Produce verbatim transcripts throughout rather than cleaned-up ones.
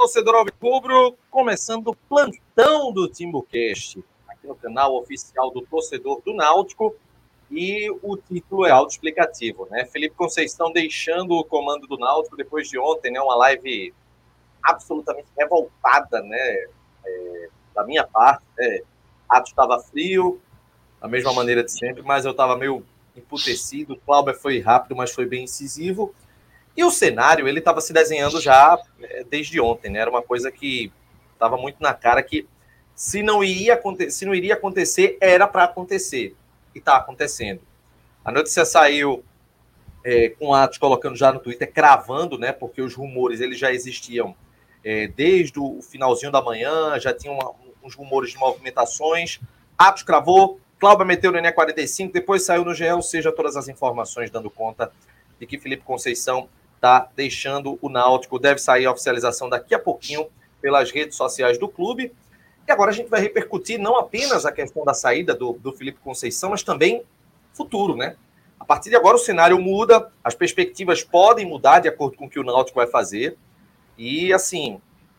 torcedor alvirrubro, começando o plantão do TimbuCast, aqui no canal oficial do torcedor do Náutico, e o título é autoexplicativo, né? Felipe Conceição deixando o comando do Náutico depois de ontem, né? Uma live absolutamente revoltada, né? É, da minha parte, né? Atos estava frio, da mesma maneira de sempre, mas eu estava meio emputecido. O Cláudio foi rápido, mas foi bem incisivo. E o cenário, ele estava se desenhando já desde ontem, né? Era uma coisa que estava muito na cara que se não iria acontecer, se não iria acontecer, era para acontecer. E está acontecendo. A notícia saiu é, com Atos colocando já no Twitter, cravando, né? Porque os rumores eles já existiam é, desde o finalzinho da manhã, já tinham uma, uns rumores de movimentações. Atos cravou, Cláudio meteu no N E quarenta e cinco, depois saiu no G E, ou seja, todas as informações dando conta de que Felipe Conceição está deixando o Náutico. Deve sair a oficialização daqui a pouquinho pelas redes sociais do clube. E agora a gente vai repercutir não apenas a questão da saída do, do Felipe Conceição, mas também futuro, né? A partir de agora o cenário muda, as perspectivas podem mudar de acordo com o que o Náutico vai fazer. E, assim,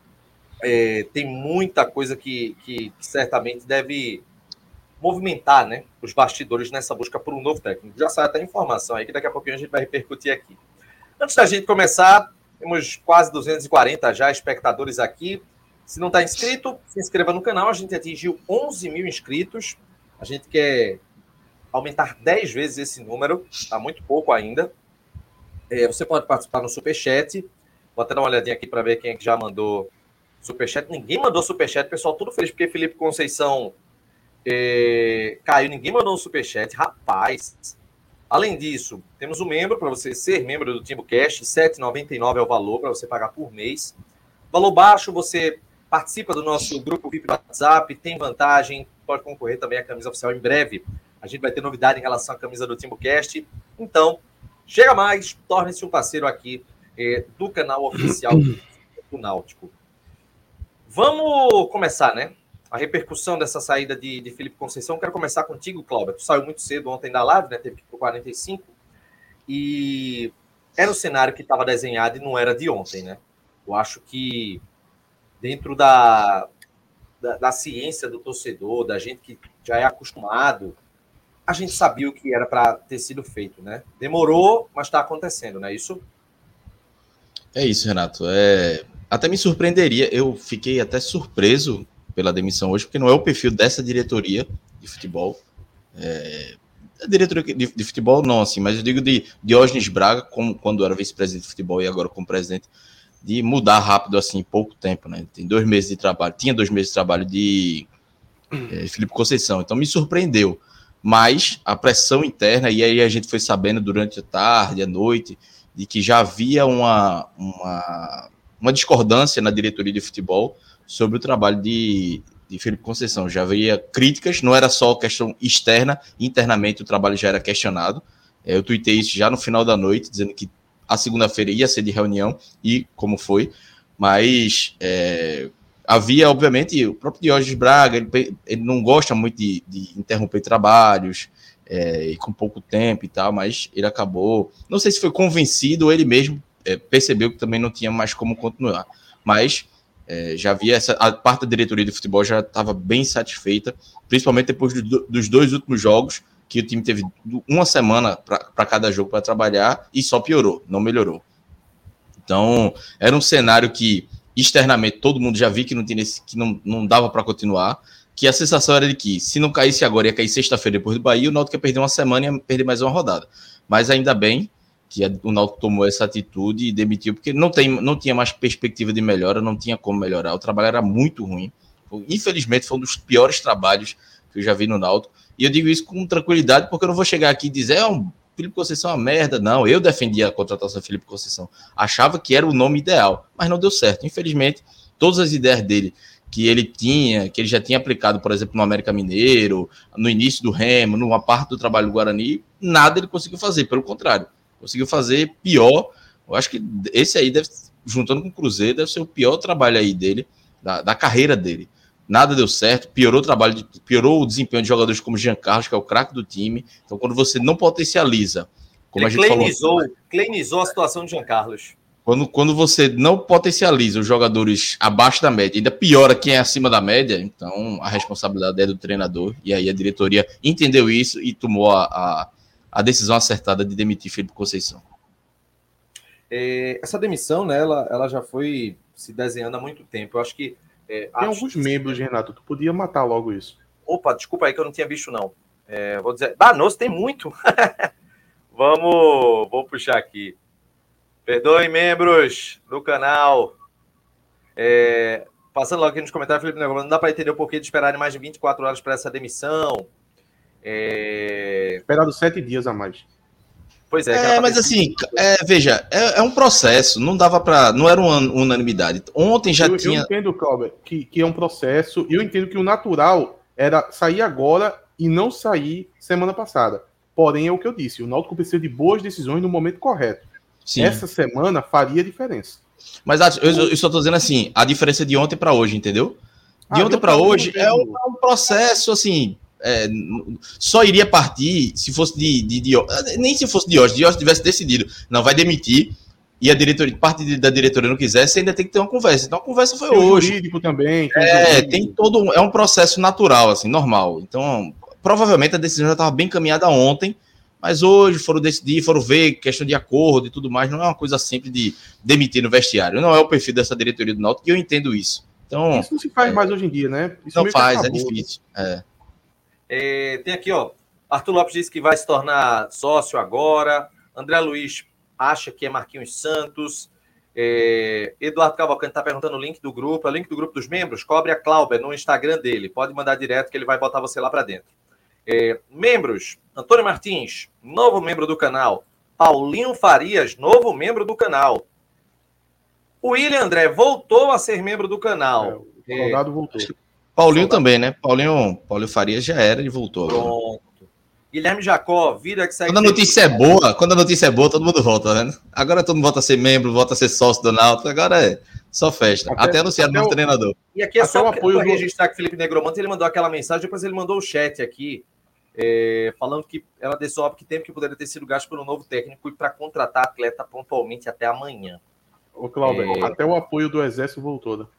é, tem muita coisa que, que, que certamente deve movimentar, né, os bastidores nessa busca por um novo técnico. Já sai até informação aí que daqui a pouquinho a gente vai repercutir aqui. Antes da gente começar, temos quase duzentos e quarenta já espectadores aqui. Se não está inscrito, se inscreva no canal. A gente atingiu onze mil inscritos. A gente quer aumentar dez vezes esse número. Está muito pouco ainda. É, você pode participar no Superchat. Vou até dar uma olhadinha aqui para ver quem é que já mandou Superchat. Ninguém mandou Superchat. Pessoal, tudo feliz porque Felipe Conceição é, caiu. Ninguém mandou um Superchat. Rapaz... Além disso, temos um membro para você ser membro do TimbuCast, sete reais e noventa e nove centavos é o valor para você pagar por mês. Valor baixo, você participa do nosso grupo V I P do WhatsApp, tem vantagem, pode concorrer também à camisa oficial em breve. A gente vai ter novidade em relação à camisa do TimbuCast. Então, chega mais, torne-se um parceiro aqui eh, do canal oficial do Náutico. Vamos começar, né? A repercussão dessa saída de, de Felipe Conceição. Quero começar contigo, Cláudio. Tu saiu muito cedo ontem da live, né? Teve que ir para o quarenta e cinco. E era um cenário que estava desenhado e não era de ontem, né? Eu acho que dentro da, da, da ciência do torcedor, da gente que já é acostumado, a gente sabia o que era para ter sido feito, né? Demorou, mas está acontecendo, não é isso? É isso, Renato. É... Até me surpreenderia. Eu fiquei até surpreso pela demissão hoje, porque não é o perfil dessa diretoria de futebol. É, a diretoria de, de futebol, não, assim, mas eu digo de Diógenes Braga, como, quando era vice-presidente de futebol e agora como presidente, de mudar rápido, assim, em pouco tempo, né? Tem dois meses de trabalho, tinha dois meses de trabalho de é, Felipe Conceição, então me surpreendeu. Mas a pressão interna, e aí a gente foi sabendo durante a tarde, a noite, de que já havia uma, uma, uma discordância na diretoria de futebol sobre o trabalho de, de Felipe Conceição. Já havia críticas, não era só questão externa, internamente o trabalho já era questionado. Eu tuitei isso já no final da noite, dizendo que a segunda-feira ia ser de reunião, e como foi, mas é, havia, obviamente, o próprio Diógenes Braga, ele, ele não gosta muito de, de interromper trabalhos, é, e com pouco tempo e tal, mas ele acabou, não sei se foi convencido ou ele mesmo é, percebeu que também não tinha mais como continuar, mas É, já havia essa, a parte da diretoria de futebol já estava bem satisfeita, principalmente depois do, dos dois últimos jogos, que o time teve uma semana para cada jogo para trabalhar e só piorou, não melhorou. Então, era um cenário que externamente todo mundo já viu que não, tinha, que não, não dava para continuar, que a sensação era de que se não caísse agora, ia cair sexta-feira depois do Bahia, o Náutico ia perder uma semana e ia perder mais uma rodada. Mas ainda bem que o Náutico tomou essa atitude e demitiu, porque não, tem, não tinha mais perspectiva de melhora, não tinha como melhorar, o trabalho era muito ruim, infelizmente foi um dos piores trabalhos que eu já vi no Náutico, e eu digo isso com tranquilidade, porque eu não vou chegar aqui e dizer, é um Felipe Conceição é uma merda, não, eu defendia a contratação de Felipe Conceição, achava que era o nome ideal, mas não deu certo, infelizmente, todas as ideias dele, que ele tinha, que ele já tinha aplicado, por exemplo, no América Mineiro, no início do Remo, numa parte do trabalho do Guarani, nada ele conseguiu fazer, pelo contrário, conseguiu fazer pior. Eu acho que esse aí, deve, juntando com o Cruzeiro, deve ser o pior trabalho aí dele, da, da carreira dele. Nada deu certo, piorou o trabalho, de, piorou o desempenho de jogadores como Jean Carlos, que é o craque do time. Então, quando você não potencializa, como Ele a gente cleinizou, falou... cleinizou a situação de Jean Carlos. Quando, quando você não potencializa os jogadores abaixo da média, ainda piora quem é acima da média, então a responsabilidade é do treinador. E aí a diretoria entendeu isso e tomou a, a, a decisão acertada de demitir Felipe Conceição. É, essa demissão, né, ela, ela já foi se desenhando há muito tempo. Eu acho que... É, Tem acho alguns que... membros, Renato. Tu podia matar logo isso. Opa, desculpa aí que eu não tinha visto, não. É, vou dizer... Ah, nossa, tem muito. Vamos... Vou puxar aqui. Perdoem, membros do canal. É, passando logo aqui nos comentários, Felipe Negro, não dá para entender o porquê de esperarem mais de vinte e quatro horas para essa demissão. É... Esperado sete dias a mais. Pois é. É, mas assim, é, veja, é, é um processo, não dava para, não era uma unanimidade. Ontem já eu, tinha... Eu entendo, Cláudio, que, que é um processo, e eu entendo que o natural era sair agora e não sair semana passada. Porém, é o que eu disse, o Náutico precisa de boas decisões no momento correto. Sim. Essa semana faria diferença. Mas eu, eu só estou dizendo assim, a diferença de ontem para hoje, entendeu? De ah, ontem para hoje é um, é um processo, assim, é, só iria partir se fosse de, de, de... Nem se fosse de hoje, de hoje tivesse decidido, não, vai demitir, e a diretoria, parte da diretoria não quisesse, ainda tem que ter uma conversa. Então a conversa foi tem hoje. Tem jurídico também. Tem é, jurídico. tem todo... É um processo natural, assim, normal. Então, provavelmente a decisão já estava bem caminhada ontem, mas hoje foram decidir, foram ver questão de acordo e tudo mais, não é uma coisa simples de demitir no vestiário. Não é o perfil dessa diretoria do Náutico e eu entendo isso. Então, isso não se faz é, mais hoje em dia, né? Isso não faz, é difícil. É. É, tem aqui, ó, Arthur Lopes disse que vai se tornar sócio agora. André Luiz acha que é Marquinhos Santos. É, Eduardo Cavalcante está perguntando o link do grupo. É o link do grupo dos membros? Cobre a Clauber no Instagram dele. Pode mandar direto que ele vai botar você lá para dentro. É, membros, Antônio Martins, novo membro do canal. Paulinho Farias, novo membro do canal. O William André voltou a ser membro do canal. É, o soldado é, voltou. Paulinho soldado. Também, né? Paulinho, Paulinho Farias já era e voltou. Pronto. Agora. Guilherme Jacó, vida que segue. Quando a notícia é boa, quando a notícia é boa, todo mundo volta, né? Agora todo mundo volta a ser membro, volta a ser sócio do Náutico, agora é só festa. Até, até anunciar o novo treinador. E aqui é até só para registrar que o Felipe Negromante, ele mandou aquela mensagem, depois ele mandou o chat aqui. É, falando que ela dessobe que tempo que poderia ter sido gasto por um novo técnico e para contratar atleta pontualmente até amanhã. Ô, Cláudio, é... até o apoio do Exército voltou, né?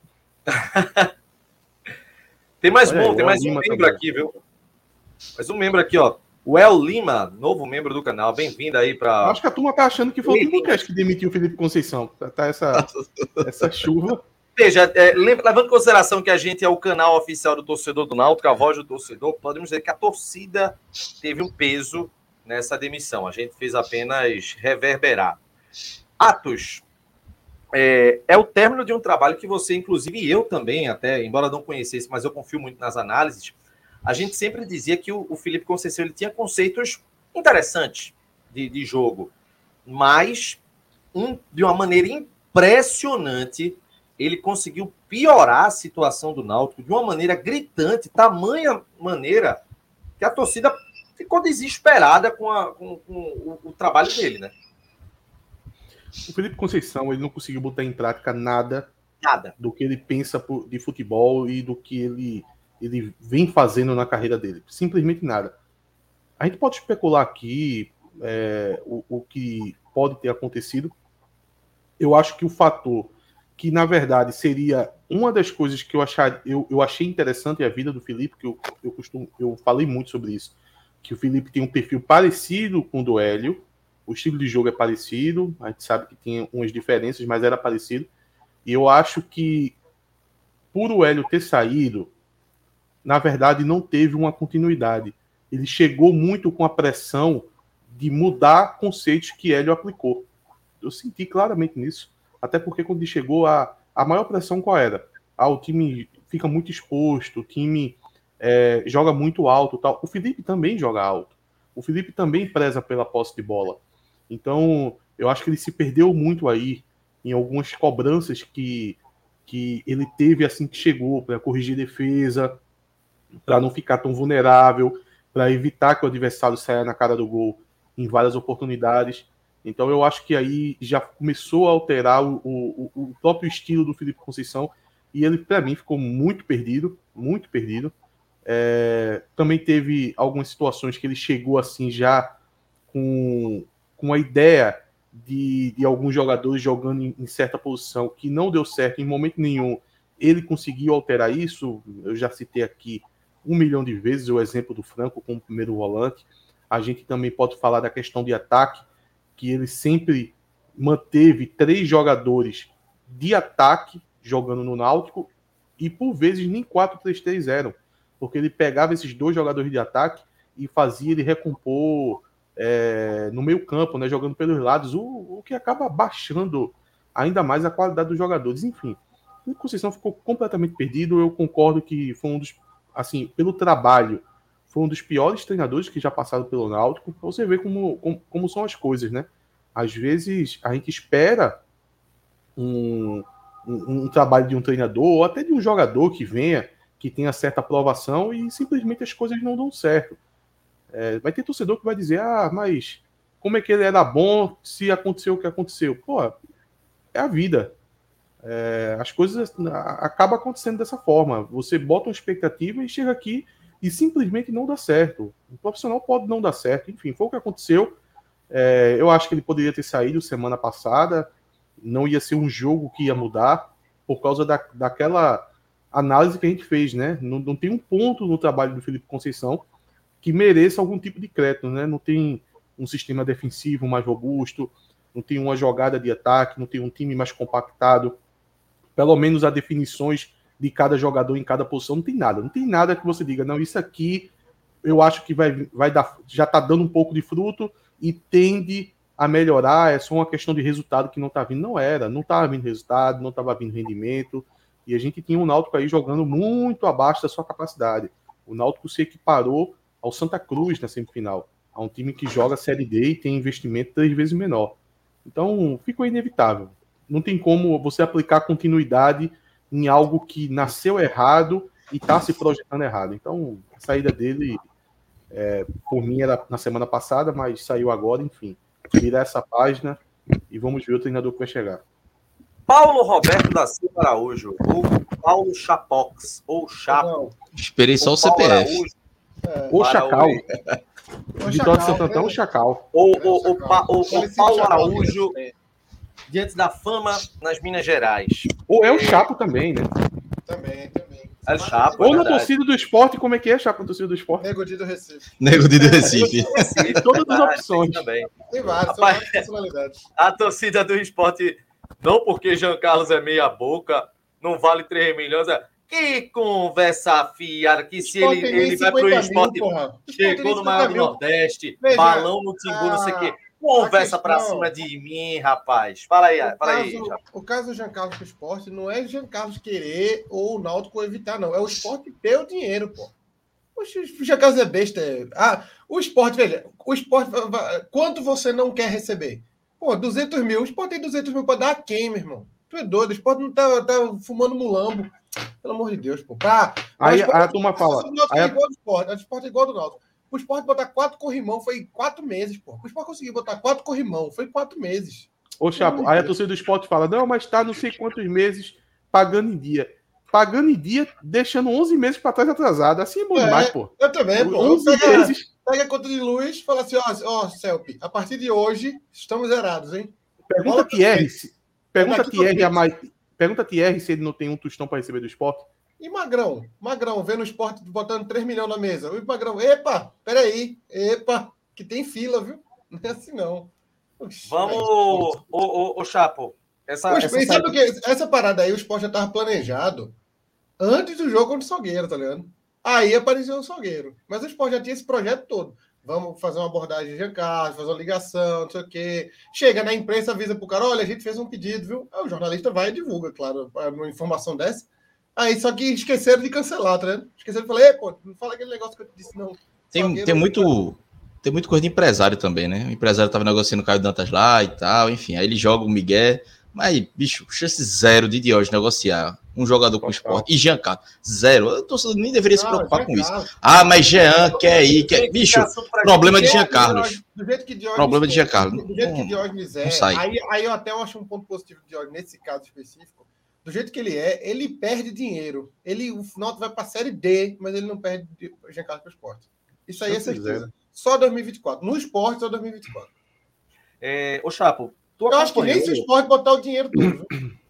Tem mais Olha, bom, tem mais um Lima membro também. Aqui, viu? Mais um membro aqui, ó. O El Lima, novo membro do canal. Bem-vindo aí para. Acho que a turma tá achando que foi o Timbucast que demitiu o Felipe Conceição. Tá essa, essa chuva. Veja, é, levando em consideração que a gente é o canal oficial do torcedor do Náutico, a voz do torcedor, podemos dizer que a torcida teve um peso nessa demissão. A gente fez apenas reverberar. Atos, é, é o término de um trabalho que você, inclusive eu também, até, embora não conhecesse, mas eu confio muito nas análises, a gente sempre dizia que o, o Felipe Conceição ele tinha conceitos interessantes de, de jogo, mas um, de uma maneira impressionante ele conseguiu piorar a situação do Náutico de uma maneira gritante, tamanha maneira que a torcida ficou desesperada com, a, com, com o, o trabalho dele, né? O Felipe Conceição, ele não conseguiu botar em prática nada, nada. do que ele pensa de futebol e do que ele, ele vem fazendo na carreira dele. Simplesmente nada. A gente pode especular aqui é, o, o que pode ter acontecido. Eu acho que o fator que, na verdade, seria uma das coisas que eu, achar, eu, eu achei interessante a vida do Felipe, que eu, eu, costumo, eu falei muito sobre isso, que o Felipe tem um perfil parecido com o do Hélio, o estilo de jogo é parecido, a gente sabe que tinha umas diferenças, mas era parecido, e eu acho que, por o Hélio ter saído, na verdade, não teve uma continuidade. Ele chegou muito com a pressão de mudar conceitos que Hélio aplicou. Eu senti claramente nisso. Até porque quando ele chegou, a, a maior pressão qual era? Ah, o time fica muito exposto, o time é, joga muito alto. Tal. O Felipe também joga alto. O Felipe também preza pela posse de bola. Então, eu acho que ele se perdeu muito aí em algumas cobranças que, que ele teve assim que chegou, para corrigir defesa, para não ficar tão vulnerável, para evitar que o adversário saia na cara do gol em várias oportunidades. Então eu acho que aí já começou a alterar o, o, o próprio estilo do Felipe Conceição e ele, para mim, ficou muito perdido, muito perdido. É, também teve algumas situações que ele chegou assim já com, com a ideia de, de alguns jogadores jogando em, em certa posição que não deu certo em momento nenhum, ele conseguiu alterar isso. Eu já citei aqui um milhão de vezes o exemplo do Franco como primeiro volante. A gente também pode falar da questão de ataque, que ele sempre manteve três jogadores de ataque jogando no Náutico, e por vezes nem quatro três três eram, porque ele pegava esses dois jogadores de ataque e fazia ele recompor é, no meio campo, né, jogando pelos lados, o, o que acaba baixando ainda mais a qualidade dos jogadores. Enfim, o Conceição ficou completamente perdido. Eu concordo que foi um dos, assim, pelo trabalho, foi um dos piores treinadores que já passaram pelo Náutico. Pra você ver como, como, como são as coisas, né? Às vezes a gente espera um, um, um trabalho de um treinador ou até de um jogador que venha, que tenha certa aprovação, e simplesmente as coisas não dão certo. É, vai ter torcedor que vai dizer, ah, mas como é que ele era bom se aconteceu o que aconteceu? Pô, é a vida. É, as coisas acabam acontecendo dessa forma. Você bota uma expectativa e chega aqui e simplesmente não dá certo. O profissional pode não dar certo. Enfim, foi o que aconteceu. É, eu acho que ele poderia ter saído semana passada. Não ia ser um jogo que ia mudar por causa da, daquela análise que a gente fez, né? Não, não tem um ponto no trabalho do Felipe Conceição que mereça algum tipo de crédito, né? Não tem um sistema defensivo mais robusto, não tem uma jogada de ataque, não tem um time mais compactado. Pelo menos as definições de cada jogador em cada posição, não tem nada. Não tem nada que você diga, não, isso aqui eu acho que vai, vai dar, já está dando um pouco de fruto e tende a melhorar, é só uma questão de resultado que não está vindo. Não era, não estava vindo resultado, não estava vindo rendimento, e a gente tinha um Náutico aí jogando muito abaixo da sua capacidade. O Náutico se equiparou ao Santa Cruz na semifinal, a um time que joga Série D e tem investimento três vezes menor. Então, ficou inevitável. Não tem como você aplicar continuidade em algo que nasceu errado e está se projetando errado. Então, a saída dele, é, por mim, era na semana passada, mas saiu agora, enfim. Virar essa página e vamos ver o treinador que vai chegar. Paulo Roberto da Silva Araújo, ou Paulo Chapox, ou Chapo. Não. Esperei só o, o C P F. Araújo, é, ou Chacal. O Vitória de Santo Antão, o Chacal. Ou o, o, o, o Paulo Araújo, diante da fama nas Minas Gerais. Ou é o Chapo também, né? Também, também. É o Chapo. Ou é na torcida do esporte, como é que é, Chapo, na torcida do esporte? Nego do Recife. Nego do Recife. Tem todas as opções. Também. Tem várias, são várias personalidades. A torcida do esporte, não porque Jean Carlos é meia boca, não vale três milhões. Que conversa fiada, que se ele, ele vai pro esporte, mil, chegou no maior do Nordeste, Veja, balão no Timbu, a... não sei o quê. Conversa questão, pra cima de mim, rapaz. Fala aí, fala caso, aí. O caso do Jean Carlos pro esporte não é Jean Carlos querer ou o Náutico evitar, não. É o esporte ter o dinheiro, pô. O Jean Carlos é besta. Ah, o esporte, veja, o esporte, quanto você não quer receber? Pô, duzentos mil. O esporte tem duzentos mil pra dar a quem, meu irmão? Tu é doido, o esporte não tá, tá fumando mulambo. Pelo amor de Deus, pô. Pra, aí esporte, a turma fala. O Náutico é igual do esporte, o esporte é igual do Náutico. O esporte botar quatro corrimão foi quatro meses, pô. O esporte conseguiu botar quatro corrimão, foi quatro meses. Ô, Chapo, aí a torcida do esporte fala, não, mas tá não sei quantos meses pagando em dia. Pagando em dia, deixando onze meses para trás atrasado. Assim é bom é, demais, pô. Eu também, pô. onze pega, meses. Pega a conta de luz e fala assim, ó, ó, Celpe, a partir de hoje, estamos zerados, hein? Pergunta a Thierry, pergunta a Thierry, a mais... pergunta a Thierry se ele não tem um tostão para receber do esporte. E Magrão? Magrão, vendo o esporte botando três milhões na mesa. O Magrão, epa, peraí, epa, que tem fila, viu? Não é assim, não. Oxi, vamos, ô, ô, ô, Chapo. Essa, o, essa, sabe saída... que, essa parada aí, o esporte já estava planejado antes do jogo contra o Salgueiro, tá ligado? Aí apareceu o Salgueiro. Mas o esporte já tinha esse projeto todo. Vamos fazer uma abordagem de Jean Carlos, fazer uma ligação, não sei o quê. Chega na imprensa, avisa pro cara, olha, a gente fez um pedido, viu? Aí o jornalista vai e divulga, claro, uma informação dessa. Aí, só que esqueceram de cancelar, tá vendo? Esqueceram de falar, pô, não fala aquele negócio que eu te disse, não. Tem, tem muito... Tem muito coisa de empresário também, né? O empresário tava negociando o Caio Dantas lá e tal, enfim. Aí ele joga o Miguel, mas, bicho, chance zero de Diógenes negociar um jogador com o esporte. E Jean Carlos, zero. Eu tô, nem deveria se preocupar não, com isso. Ah, mas Jean quer ir, quer... Bicho, problema de Jean Carlos. Do jeito que Diógenes problema de Jean Carlos. Do jeito que Diógenes é, aí, aí eu até acho um ponto positivo de Diógenes, nesse caso específico. Do jeito que ele é, ele perde dinheiro. Ele, o Náutico vai para a Série D, mas ele não perde Jean Carlos para o esporte. Isso aí é certeza. Só dois mil e vinte e quatro. No esporte, só dois mil e vinte e quatro. É, ô, Chapo, Tu Eu acho que nem se o Sport botar o dinheiro todo.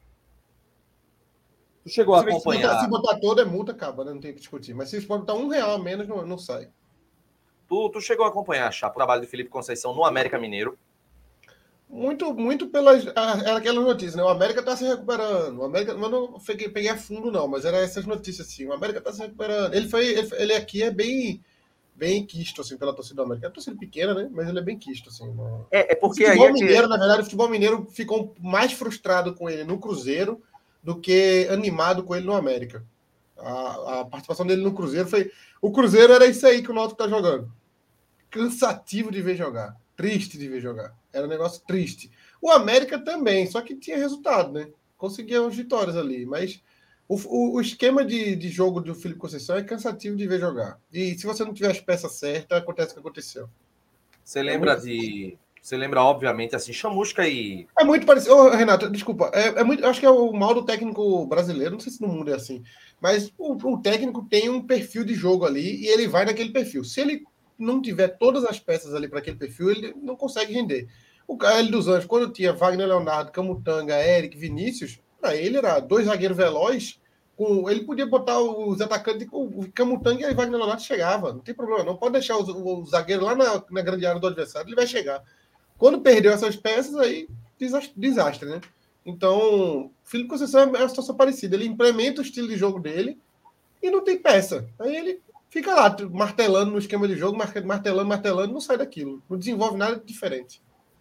Tu chegou a se, acompanhar... Se botar, se botar todo é multa, acaba, né? Não tem o que discutir. Mas se o Sport botar um real a menos, não, não sai. Tu, tu chegou a acompanhar, Chapa, o trabalho de Felipe Conceição no América Mineiro? Muito, muito pelas... Era aquelas notícias, né? O América tá se recuperando. O América... Eu não peguei, peguei a fundo, não. Mas era essas notícias, assim. O América tá se recuperando. Ele, foi, ele, ele aqui é bem... bem quisto, assim, pela torcida do América. É uma torcida pequena, né? Mas ele é bem quisto, assim. No... É, é porque o futebol aí... mineiro, É que... na verdade, o futebol mineiro ficou mais frustrado com ele no Cruzeiro do que animado com ele no América. A, a participação dele no Cruzeiro foi... O Cruzeiro era isso aí que o Náutico tá jogando. Cansativo de ver jogar. Triste de ver jogar. Era um negócio triste. O América também, só que tinha resultado, né? Conseguia umas vitórias ali, mas... O, o, o esquema de, de jogo do Felipe Conceição é cansativo de ver jogar. E se você não tiver as peças certas, acontece o que aconteceu. Você lembra é de... Você lembra, obviamente, assim, Chamusca e... É muito parecido... Ô, Renato, desculpa. É, é muito... Acho que é o mal do técnico brasileiro. Não sei se no mundo é assim. Mas o, o técnico tem um perfil de jogo ali e ele vai naquele perfil. Se ele não tiver todas as peças ali para aquele perfil, ele não consegue render. O K L dos Anjos, quando tinha Wagner Leonardo, Camutanga, Eric, Vinícius... Para ele era dois zagueiros velozes, com, ele podia botar os atacantes, o Camutanga e o Wagner Leonardo chegava, não tem problema, não pode deixar o, o zagueiro lá na, na grande área do adversário, ele vai chegar. Quando perdeu essas peças, aí desastre, desastre né? Então, o Felipe Conceição é uma situação parecida, ele implementa o estilo de jogo dele e não tem peça. Aí ele fica lá, martelando no esquema de jogo, martelando, martelando, não sai daquilo, não desenvolve nada diferente.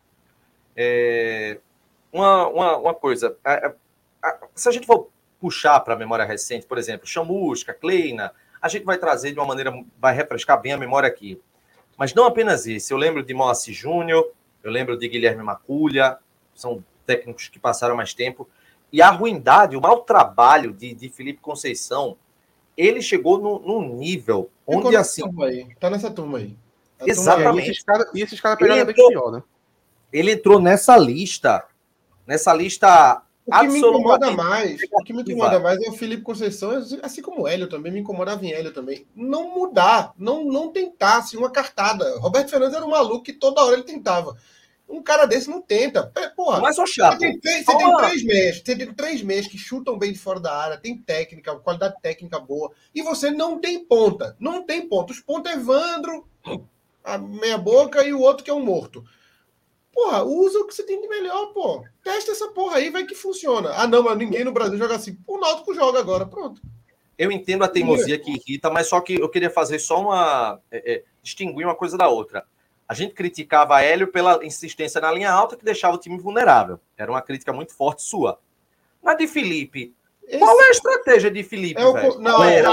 É, uma, uma, uma coisa... A, a, se a gente for puxar para a memória recente, por exemplo, Chamusca, Kleina, a gente vai trazer de uma maneira, vai refrescar bem a memória aqui. Mas não apenas isso. Eu lembro de Moacir Júnior, eu lembro de Guilherme Maculha, são técnicos que passaram mais tempo. E a ruindade, o mau trabalho de, de Felipe Conceição, ele chegou no, num nível onde Ficou assim... Aí. Tá nessa turma aí. A Exatamente. Turma aí. E esses caras cara pegaram bem pior, né? Ele entrou nessa lista, nessa lista... O que me incomoda mais, o que me incomoda mais é o Felipe Conceição, assim como o Hélio também, me incomodava em Hélio também. Não mudar, não, não tentar, assim, uma cartada. Roberto Fernandes era um maluco que toda hora ele tentava. Um cara desse não tenta. Porra, mas, ô Chapo, você tem, você tem três meses, você tem três meses que chutam bem de fora da área, tem técnica, qualidade técnica boa, e você não tem ponta. Não tem ponta. Os pontos é Evandro, a meia boca, e o outro que é um morto. Porra, usa o que você tem de melhor, pô. Testa essa porra aí, vai que funciona. Ah, não, mas ninguém no Brasil joga assim. O Náutico joga agora, pronto. Eu entendo a teimosia que irrita, mas só que eu queria fazer só uma... É, é, distinguir uma coisa da outra. A gente criticava Hélio pela insistência na linha alta que deixava o time vulnerável. Era uma crítica muito forte sua. Mas de Felipe... Esse... Qual é a estratégia de Felipe, é o... velho? Não, era?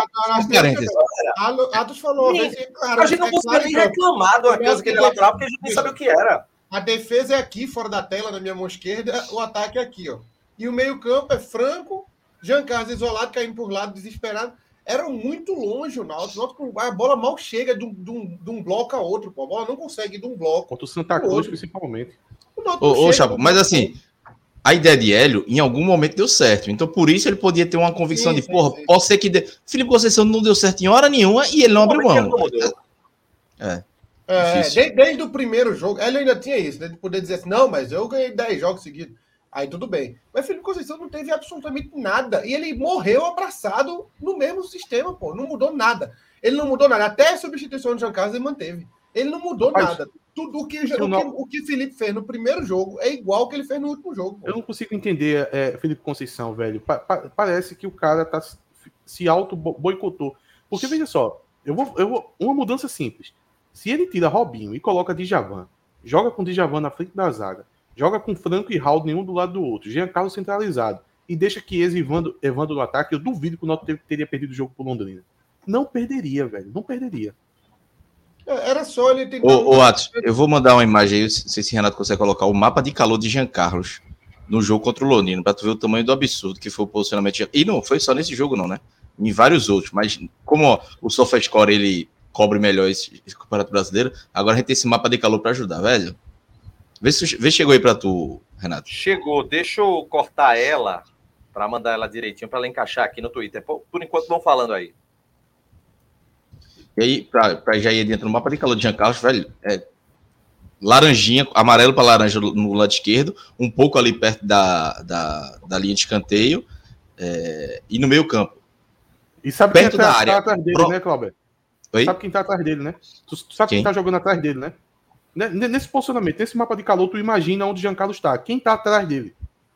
A Atos falou... Sim, vez, claro, a gente não é conseguia nem reclamar de uma coisa que ele lateral, porque a gente nem sabia o que era. A defesa é aqui, fora da tela, na minha mão esquerda. O ataque é aqui, ó. E o meio-campo é Franco, Jean Carlos isolado, caindo por lado, desesperado. Era muito longe o Náutico. A bola mal chega de um, de um, de um bloco a outro. Pô. A bola não consegue ir de um bloco. Contra o Santa Cruz, outro. Principalmente. Ô, ô Chapo, mas assim, a ideia de Hélio, em algum momento, deu certo. Então, por isso, ele podia ter uma convicção sim, de, sim, porra, sim. pode ser que... De... Felipe Conceição não deu certo em hora nenhuma e ele não abriu mão. É. É, desde, desde o primeiro jogo, ele ainda tinha isso, né, de poder dizer assim, não, mas eu ganhei dez jogos seguidos. Aí tudo bem. Mas Felipe Conceição não teve absolutamente nada. E ele morreu abraçado no mesmo sistema, pô. Não mudou nada. Ele não mudou nada. Até a substituição de Jean Carlos ele manteve. Ele não mudou Rapaz, nada. Tudo o que o, que, não... o que Felipe fez no primeiro jogo é igual ao que ele fez no último jogo. Pô. Eu não consigo entender é, Felipe Conceição, velho. Pa pa parece que o cara tá, se auto-boicotou. Porque, veja só, eu vou, eu vou, uma mudança simples. Se ele tira Robinho e coloca Djavan, joga com Djavan na frente da zaga, joga com Franco e Raul nenhum do lado do outro, Jean Carlos centralizado, e deixa Chiesa e Evandro, Evandro no ataque, eu duvido que o Náutico teria perdido o jogo por Londrina. Não perderia, velho. Não perderia. Era só ele tentar... Ô, ô Atos, eu vou mandar uma imagem aí, não sei se o Renato consegue colocar o mapa de calor de Jean Carlos no jogo contra o Londrina, pra tu ver o tamanho do absurdo que foi o posicionamento. E não foi só nesse jogo não, né? Em vários outros, mas como ó, o SofaScore, ele cobre melhor esse, esse campeonato brasileiro, agora a gente tem esse mapa de calor pra ajudar, velho. Vê se, vê se chegou aí pra tu, Renato. Chegou, deixa eu cortar ela pra mandar ela direitinho, pra ela encaixar aqui no Twitter. Por, por enquanto vão falando aí. E aí, pra, pra já ir dentro do mapa de calor de Jean Carlos, velho, é laranjinha, amarelo para laranja no lado esquerdo, um pouco ali perto da, da, da linha de escanteio é, e no meio campo. E sabe perto quem tá, da área. tá atrás dele, Pro... né, Cláudio? Oi? Sabe quem tá atrás dele, né? Tu, tu sabe quem? quem tá jogando atrás dele, né? Nesse posicionamento, nesse mapa de calor, tu imagina onde o Jean Carlos tá. Quem tá atrás dele?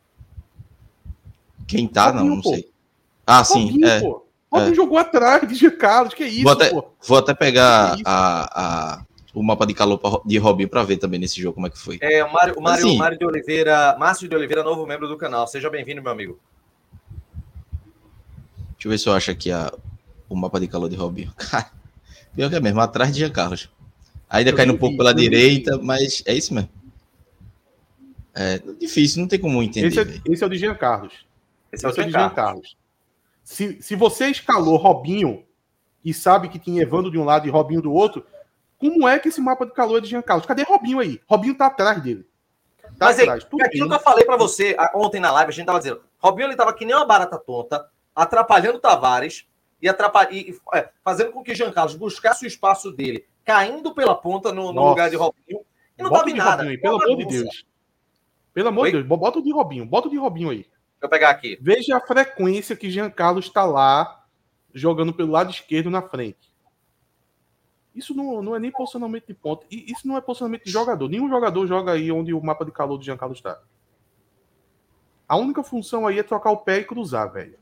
Quem tá, Robinho, não, não pô. sei. Ah, sim. Robinho, é, pô. Robinho é. jogou atrás de Jean Carlos, que é isso, vou até, pô. Vou até pegar que é a, a, o mapa de calor de Robinho para ver também nesse jogo como é que foi. É, o Mário, o Mário, assim, Mário de Oliveira, Márcio de Oliveira, novo membro do canal. Seja bem-vindo, meu amigo. Deixa eu ver se eu acho aqui a, o mapa de calor de Robinho. Cara, pior que é mesmo, atrás de Jean Carlos. Ainda caindo um pouco pela direita, mas é isso mesmo. É difícil, não tem como entender. Esse é, esse é o de Jean Carlos. Esse é o, esse de, é o de Jean Jean Carlos. Carlos. Se, se você escalou Robinho e sabe que tinha Evandro de um lado e Robinho do outro, como é que esse mapa de calor é de Jean Carlos? Cadê Robinho aí? Robinho tá atrás dele. Tá mas atrás. Aí, aquilo que eu falei para você ontem na live, a gente tava dizendo, Robinho ele tava que nem uma barata tonta, atrapalhando o Tavares e, atrapalh... e é, fazendo com que Jean Carlos buscasse o espaço dele, caindo pela ponta no, no lugar de Robinho, e não tava em nada. Robinho aí, pelo amor de Deus. Pelo amor de Deus, bota o de Robinho, bota o de Robinho aí. Deixa eu pegar aqui. Veja a frequência que Jean Carlos está lá jogando pelo lado esquerdo na frente. Isso não, não é nem posicionamento de ponta. E isso não é posicionamento de jogador. Nenhum jogador joga aí onde o mapa de calor do Jean Carlos está. A única função aí é trocar o pé e cruzar, velho.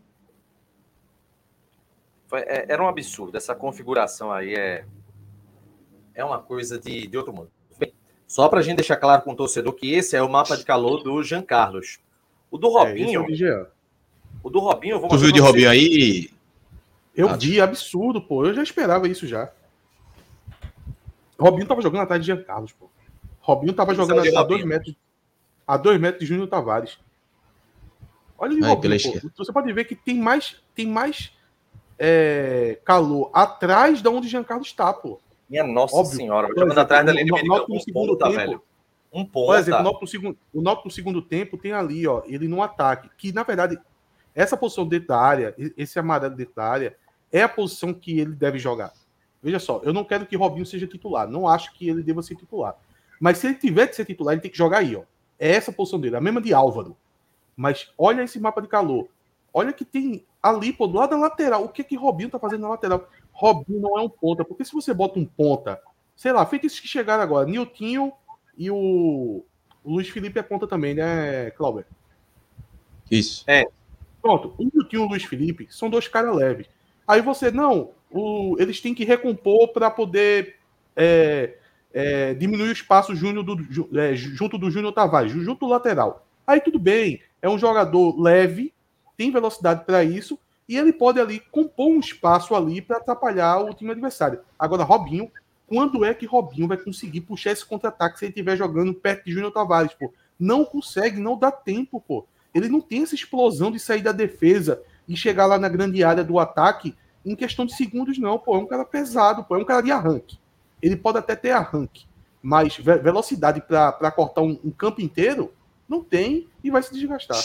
É, era um absurdo. Essa configuração aí é, é uma coisa de, de outro mundo. Só para a gente deixar claro com o torcedor que esse é o mapa de calor do Jean Carlos. O do Robinho... É, esse é o, o do Robinho... Eu vou tu viu de Robinho aí? Eu ah, vi, absurdo, pô. Eu já esperava isso já. Robinho tava jogando atrás de Jean Carlos, pô. Robinho tava isso jogando a, a dois metros a dois metros de Júnior Tavares. Olha o Robinho, pô. Você pode ver que tem mais, tem mais é, calor atrás de onde Jean Carlos está, pô. Minha nossa Óbvio. senhora, jogando exemplo, atrás da linha de perigo, um segundo ponta, tempo, velho. Um ponta. Por exemplo, o Náutico no segundo, o Náutico no segundo tempo tem ali, ó, ele no ataque, que na verdade essa posição dentro da área, esse amarelo dentro da área, é a posição que ele deve jogar. Veja só, eu não quero que Robinho seja titular, não acho que ele deva ser titular. Mas se ele tiver de ser titular, ele tem que jogar aí, ó. É essa a posição dele, a mesma de Álvaro. Mas olha esse mapa de calor. Olha que tem ali, pô, do lado da lateral. O que que Robinho tá fazendo na lateral? Robinho não é um ponta, porque se você bota um ponta, sei lá, feito esses que chegaram agora, Niltinho e o, o Luiz Felipe é ponta também, né, Cláudio? Isso. É. Pronto, o Niltinho e o Luiz Felipe são dois caras leves. Aí você, não, o, eles têm que recompor para poder é, é, diminuir o espaço júnior do, é, junto do Júnior Tavares, junto do lateral. Aí tudo bem, é um jogador leve, tem velocidade para isso, e ele pode ali compor um espaço ali para atrapalhar o time adversário. Agora, Robinho, quando é que Robinho vai conseguir puxar esse contra-ataque se ele estiver jogando perto de Júnior Tavares, pô? Não consegue, não dá tempo, pô. Ele não tem essa explosão de sair da defesa e chegar lá na grande área do ataque em questão de segundos, não, pô. É um cara pesado, pô. É um cara de arranque. Ele pode até ter arranque, mas velocidade para cortar um, um campo inteiro, não tem e vai se desgastar.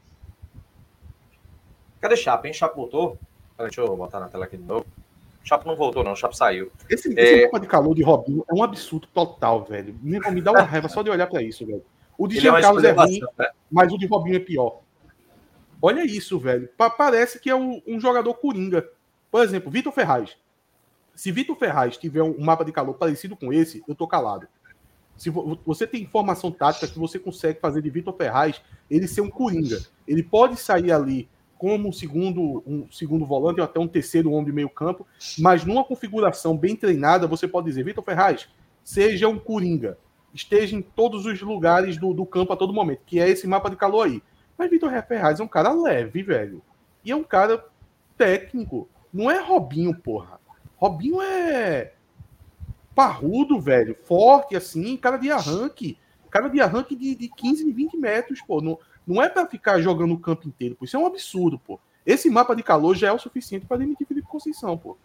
Cadê Chapo, hein? Chapo voltou? Deixa eu botar na tela aqui de novo. Chapo não voltou, não. Chapo saiu. Esse, é... esse mapa de calor de Robinho é um absurdo total, velho. Me, me dá uma raiva só de olhar para isso, velho. O de Jean é Carlos é ruim, né? Mas o de Robinho é pior. Olha isso, velho. Pa- parece que é um, um jogador coringa. Por exemplo, Vitor Ferraz. Se Vitor Ferraz tiver um mapa de calor parecido com esse, eu tô calado. Se vo- você tem informação tática que você consegue fazer de Vitor Ferraz, ele ser um coringa. Ele pode sair ali como um segundo, um segundo volante ou até um terceiro homem de meio campo, mas numa configuração bem treinada, você pode dizer, Vitor Ferraz, seja um coringa. Esteja em todos os lugares do, do campo a todo momento, que é esse mapa de calor aí. Mas Vitor Ferraz é um cara leve, velho. E é um cara técnico. Não é Robinho, porra. Robinho é parrudo, velho. Forte, assim. Cara de arranque. Cara de arranque de, de quinze, vinte metros, pô. Não, não é pra ficar jogando o campo inteiro, pô. Isso é um absurdo, pô. Esse mapa de calor já é o suficiente pra demitir Felipe Conceição, pô.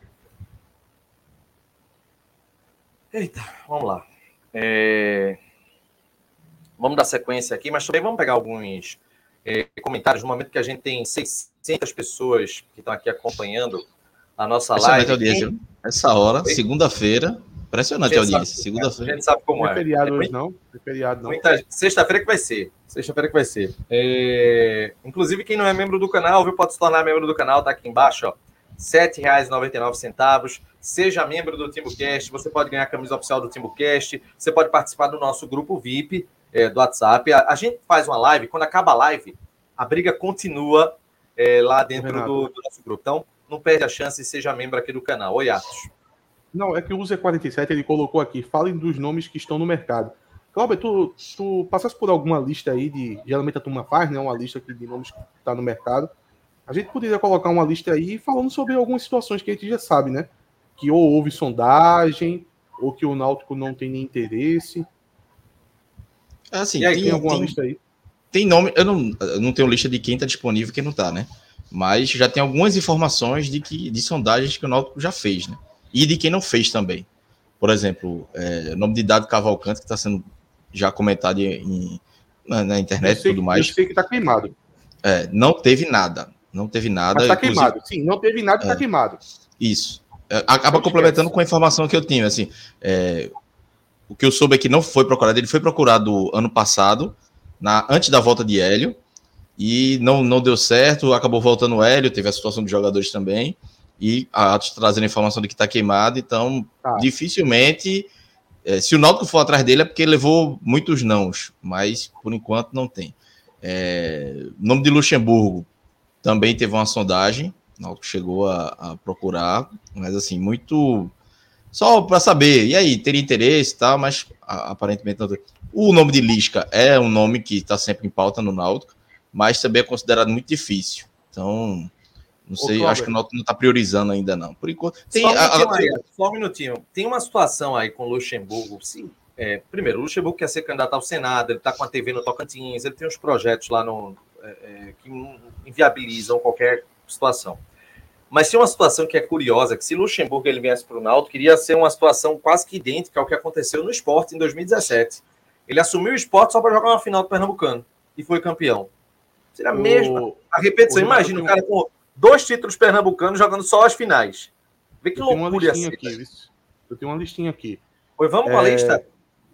Eita, vamos lá. É... Vamos dar sequência aqui, mas também vamos pegar alguns é, comentários no momento que a gente tem seiscentas pessoas que estão aqui acompanhando a nossa live. Audiência. Essa hora, segunda-feira, Impressionante a audiência, segunda-feira. A gente sabe como Não é. é feriado é hoje, muito, não? Não é feriado, não. muita- Sexta-feira que vai ser. Sexta-feira que vai ser. É, Inclusive, quem não é membro do canal, viu, pode se tornar membro do canal, tá aqui embaixo, ó. sete reais e noventa e nove centavos. Seja membro do TimbuCast, você pode ganhar a camisa oficial do TimbuCast, você pode participar do nosso grupo V I P é, do WhatsApp. A, a gente faz uma live, quando acaba a live, a briga continua é, lá dentro do, do nosso grupo. Então, não perde a chance e seja membro aqui do canal. Oi, Atos. Não, é que o User quarenta e sete ele colocou aqui, falem dos nomes que estão no mercado. Cláudio, tu, tu passaste por alguma lista aí de. Geralmente a turma faz, né? Uma lista aqui de nomes que tá no mercado. A gente poderia colocar uma lista aí falando sobre algumas situações que a gente já sabe, né? Que ou houve sondagem, ou que o Náutico não tem nem interesse. Assim, Aí, tem, tem alguma tem, lista aí? tem nome, eu não, eu não tenho lista de quem está disponível e quem não está, né? Mas já tem algumas informações de, que, de sondagens que o Náutico já fez, né? E de quem não fez também. Por exemplo, é, o nome de Dado Cavalcante, que está sendo já comentado em, na, na internet e tudo que, mais. Eu sei que tá queimado. É, não teve nada. Não teve nada. Mas tá queimado. Sim, não teve nada e tá é, queimado. Isso. É, acaba Não complementando esquece. com a informação que eu tinha. Assim, é, o que eu soube é que não foi procurado. Ele foi procurado ano passado, na, antes da volta de Hélio, e não, não deu certo. Acabou voltando o Hélio, teve a situação dos jogadores também. E a Atos trazendo a informação de que está queimado, então Tá. dificilmente, é, se o Náutico for atrás dele é porque levou muitos nãos, mas por enquanto não tem. É, o nome de Luxemburgo também teve uma sondagem, o Náutico chegou a, a procurar, mas assim, muito só para saber, e aí, teria interesse e tal, mas a, aparentemente não tem. O nome de Lisca é um nome que está sempre em pauta no Náutico, mas também é considerado muito difícil, então... Não sei, Cláudio, acho que o Náutico não está priorizando ainda, não. Por enquanto. Tem, Só um minutinho, a, a... aí, só um minutinho. Tem uma situação aí com o Luxemburgo. Sim, é, primeiro, o Luxemburgo quer ser candidato ao Senado, ele está com a T V no Tocantins, ele tem uns projetos lá no, é, é, que inviabilizam qualquer situação. Mas tem uma situação que é curiosa, que se Luxemburgo ele viesse para o Náutico, queria ser uma situação quase que idêntica ao que aconteceu no Sport em dois mil e dezessete. Ele assumiu o Sport só para jogar uma final do Pernambucano e foi campeão. Seria a mesma. A repetição, o imagina o Renato- cara com dois títulos pernambucanos jogando só as finais. Vê que Eu tenho uma loucura ia listinha ser. aqui. viu? Eu tenho uma listinha aqui. Pois vamos com a É, lista?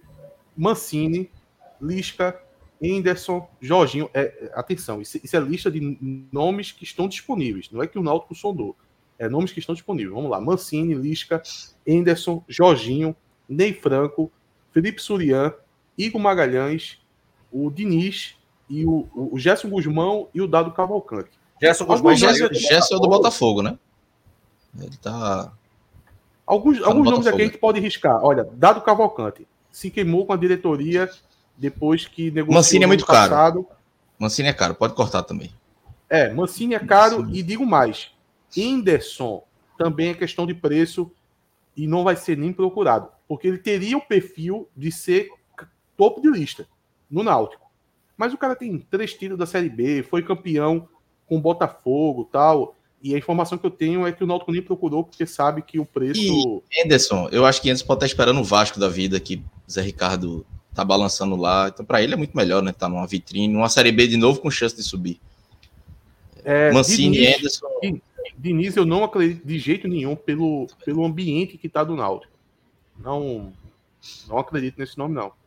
Mancini, Lisca, Henderson, Jorginho. É, é, atenção, isso, isso é lista de nomes que estão disponíveis. Não é que o Náutico sondou. É nomes que estão disponíveis. Vamos lá. Mancini, Lisca, Henderson, Jorginho, Ney Franco, Felipe Surian, Igor Magalhães, o Diniz e o, o, o Gerson Guzmão e o Dado Cavalcante. Gerson alguns Guzmão Mas nomes saiu Gerson, do Gerson é do Botafogo. Botafogo, né? Ele tá. Alguns, Tá alguns no nomes aqui Botafogo. a gente pode riscar. Olha, Dado Cavalcante se queimou com a diretoria depois que negociou Mancini é no muito ano passado. Mancini é caro, pode cortar também. É, Mancini é caro Mancini. e digo mais. Henderson também é questão de preço e não vai ser nem procurado. Porque ele teria o perfil de ser topo de lista no Náutico. Mas o cara tem três títulos da Série B, foi campeão com o Botafogo e tal. E a informação que eu tenho é que o Náutico nem procurou porque sabe que o preço... E Henderson, eu acho que Henderson pode estar esperando o Vasco da vida, que Zé Ricardo tá balançando lá. Então, para ele é muito melhor, né? Tá numa vitrine, numa Série B de novo com chance de subir. É, Mancini e Diniz, Henderson. Diniz, eu não acredito de jeito nenhum pelo, pelo ambiente que tá do Náutico. Não, não acredito nesse nome, não.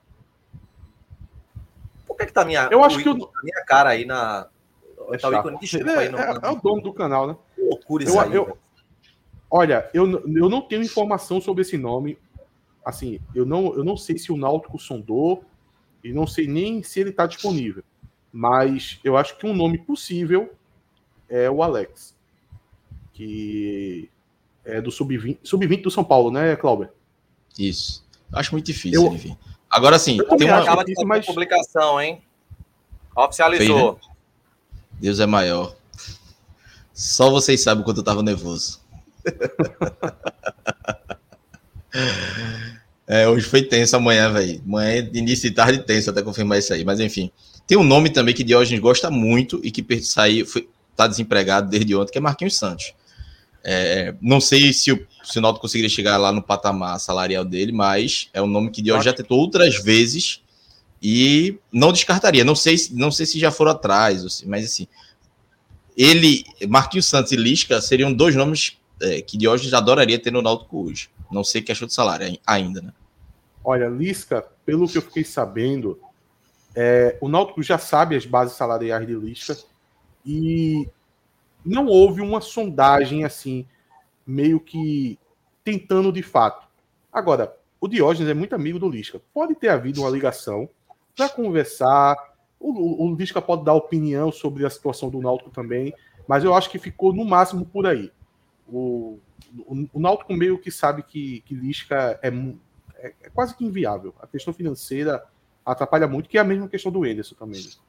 Por que, que tá minha, Eu acho o que ícone- a minha cara aí na. É, tá o ícone, desculpa Ele é, aí, não, é- é o dono do canal, né? Que loucura Eu- isso aí. eu- velho. Olha, eu, n- eu não tenho informação sobre esse nome. Assim, eu não, eu não sei se o Náutico sondou e não sei nem se ele está disponível. Mas eu acho que um nome possível é o Alex, que é do sub vinte, sub vinte do São Paulo, né, Cláudio? Isso. Acho muito difícil Eu- ele vir. Agora sim, Eu tem também uma. acho. Acaba de difícil, fazer mas- a publicação, hein? Oficializou. Deus é maior. Só vocês sabem o quanto eu tava nervoso. É, hoje foi tenso amanhã, velho. Manhã, início de tarde tenso até confirmar isso aí. Mas enfim. Tem um nome também que Diógenes gosta muito e que per- saiu, foi, tá desempregado desde ontem, que é Marquinhos Santos. É, não sei se o, se o Náutico conseguiria chegar lá no patamar salarial dele, mas é um nome que Diógenes já tentou outras vezes e não descartaria. Não sei, se- não sei se já foram atrás, ou se- mas assim, ele, Marquinhos Santos e Lisca seriam dois nomes é, que Diógenes adoraria ter no Náutico hoje. Não sei questão de salário ainda, né? Olha, Lisca, pelo que eu fiquei sabendo, é, o Náutico já sabe as bases salariais de Lisca e não houve uma sondagem assim, meio que tentando de fato. Agora, o Diógenes é muito amigo do Lisca. Pode ter havido uma ligação para conversar. O, o, o Lisca pode dar opinião sobre a situação do Náutico também, mas eu acho que ficou no máximo por aí. O, o, o Náutico meio que sabe que, que Lisca é, é, é quase que inviável. A questão financeira atrapalha muito, que é a mesma questão do Enderson também. Deixa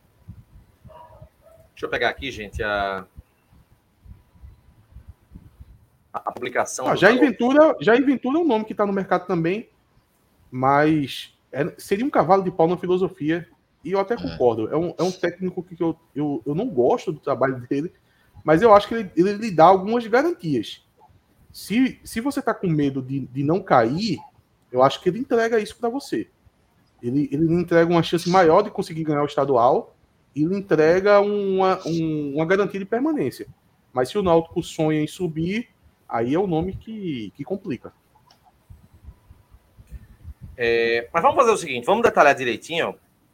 eu pegar aqui, gente, a, a publicação. Ah, Jair Ventura, Jair Ventura é um nome que está no mercado também, mas é, seria um cavalo de pau na filosofia, e eu até concordo. É um, é um técnico que eu, eu, eu não gosto do trabalho dele, mas eu acho que ele, ele lhe dá algumas garantias. Se, se você está com medo de, de não cair, eu acho que ele entrega isso para você. Ele, ele entrega uma chance maior de conseguir ganhar o estadual e ele entrega uma, um, uma garantia de permanência. Mas se o Náutico sonha em subir, aí é o nome que, que complica. É, mas vamos fazer o seguinte, vamos detalhar direitinho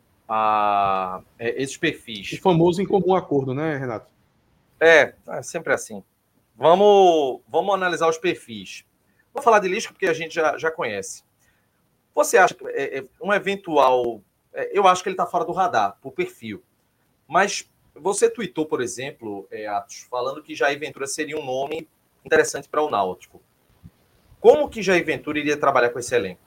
a, é, esses perfis. O famoso em comum acordo, né, Renato? É, é sempre assim. Vamos, vamos analisar os perfis. Vou falar de Lisca porque a gente já, já conhece. Você acha que é, é, um eventual... É, eu acho que ele está fora do radar, por perfil. Mas você tweetou, por exemplo, é, Atos, falando que Jair Ventura seria um nome interessante para o Náutico. Como que Jair Ventura iria trabalhar com esse elenco?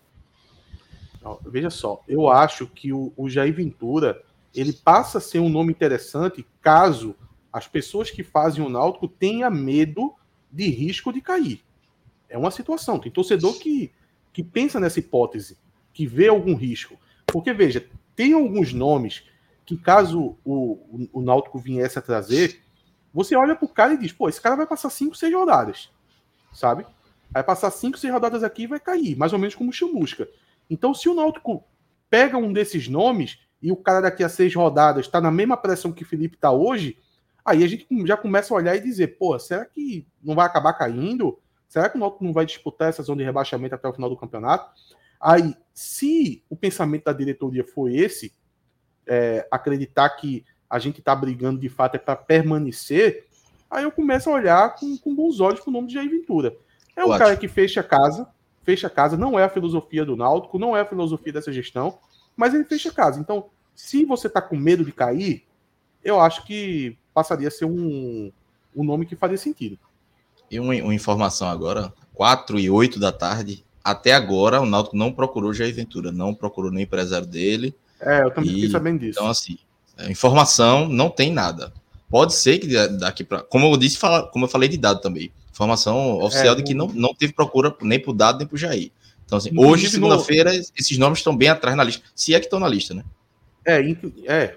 Não, veja só, eu acho que o, o Jair Ventura ele passa a ser um nome interessante caso as pessoas que fazem o Náutico tenham medo de risco de cair. É uma situação. Tem torcedor que, que pensa nessa hipótese, que vê algum risco. Porque, veja, tem alguns nomes que caso o, o, o Náutico viesse a trazer, você olha pro cara e diz, pô, esse cara vai passar cinco, seis rodadas, sabe? Vai passar cinco, seis rodadas aqui e vai cair, mais ou menos como o Chamusca. Então, se o Náutico pega um desses nomes e o cara daqui a seis rodadas está na mesma pressão que o Felipe está hoje, aí a gente já começa a olhar e dizer, pô, será que não vai acabar caindo? Será que o Náutico não vai disputar essa zona de rebaixamento até o final do campeonato? Aí, se o pensamento da diretoria for esse, é, acreditar que a gente está brigando de fato é para permanecer, aí eu começo a olhar com, com bons olhos para o nome de Jair Ventura. É um Ótimo. cara que fecha a casa, fecha a casa, não é a filosofia do Náutico, não é a filosofia dessa gestão, mas ele fecha a casa. Então, se você está com medo de cair, eu acho que passaria a ser um, um nome que faria sentido. E uma, uma informação agora, quatro e oito da tarde, até agora o Náutico não procurou Jair Ventura, não procurou nem o empresário dele. É, eu também e, fiquei sabendo disso. Então, assim, informação não tem nada. Pode ser que daqui para... Como eu disse, fala, como eu falei de dado também. Informação oficial é, de que não, não teve procura nem para o dado nem para o Jair. Então, assim, hoje, segunda-feira, no... esses nomes estão bem atrás na lista. Se é que estão na lista, né? É, é,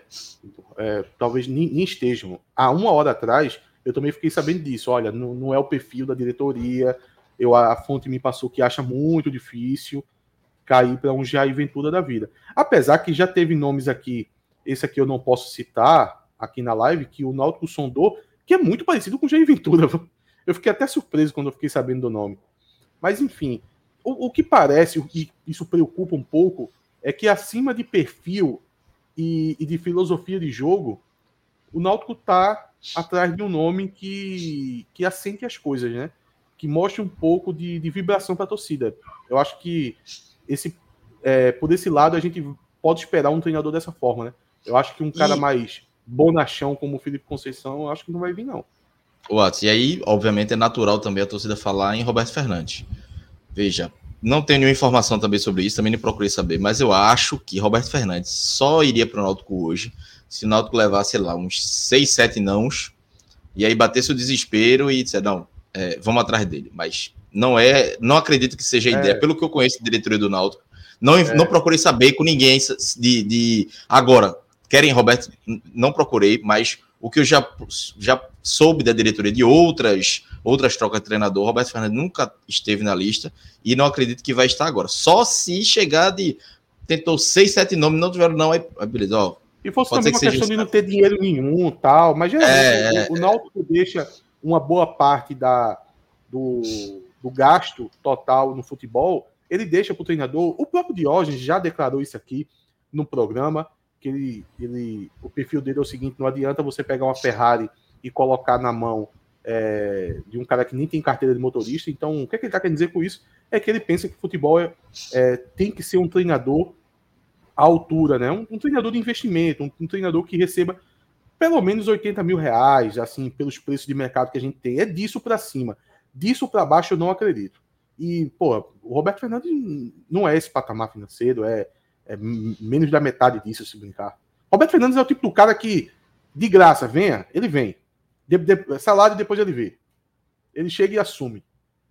é talvez nem, nem estejam. Há uma hora atrás, eu também fiquei sabendo disso. Olha, não, não é o perfil da diretoria. Eu, a fonte me passou que acha muito difícil cair para um Jair Ventura da vida. Apesar que já teve nomes aqui, esse aqui eu não posso citar aqui na live, que o Náutico sondou, que é muito parecido com o Jair Ventura. Eu fiquei até surpreso quando eu fiquei sabendo do nome. Mas, enfim, o, o que parece, o que isso preocupa um pouco, é que acima de perfil e, e de filosofia de jogo, o Náutico está atrás de um nome que, que assente as coisas, né? Que mostre um pouco de, de vibração para a torcida. Eu acho que esse, é, por esse lado a gente pode esperar um treinador dessa forma, né? Eu acho que um cara e... mais bonachão como o Felipe Conceição, eu acho que não vai vir, não. Watts, e aí, obviamente, é natural também a torcida falar em Roberto Fernandes. Veja, não tenho nenhuma informação também sobre isso, também não procurei saber, mas eu acho que Roberto Fernandes só iria para o Náutico hoje se o Náutico levasse, sei lá, uns seis, sete nãos, e aí batesse o desespero e disse, não, é, vamos atrás dele. Mas não é, não acredito que seja a ideia, é. Pelo que eu conheço de diretoria do Náutico, não, é. não procurei saber com ninguém de, de... Agora, querem Roberto, não procurei, mas o que eu já, já soube da diretoria de outras, outras trocas de treinador, Roberto Fernandes nunca esteve na lista e não acredito que vai estar agora. Só se chegar de... Tentou seis, sete nomes, não tiveram não, aí beleza, ó. E fosse também uma questão de não ter dinheiro nenhum tal, mas é, é, o, o Náutico deixa, uma boa parte da, do, do gasto total no futebol, ele deixa para o treinador. O próprio Diógenes já declarou isso aqui no programa, que ele, ele, o perfil dele é o seguinte: não adianta você pegar uma Ferrari e colocar na mão é, de um cara que nem tem carteira de motorista. Então, o que, é que ele está querendo dizer com isso? É que ele pensa que futebol é, é, tem que ser um treinador à altura, né? Um, um treinador de investimento, um, um treinador que receba pelo menos oitenta mil reais, assim, pelos preços de mercado que a gente tem. É disso para cima. Disso para baixo eu não acredito. E, pô, o Roberto Fernandes não é esse patamar financeiro, é, é menos da metade disso, se brincar. Roberto Fernandes é o tipo do cara que, de graça, venha, ele vem. De, de, salário, depois ele vê. Ele chega e assume.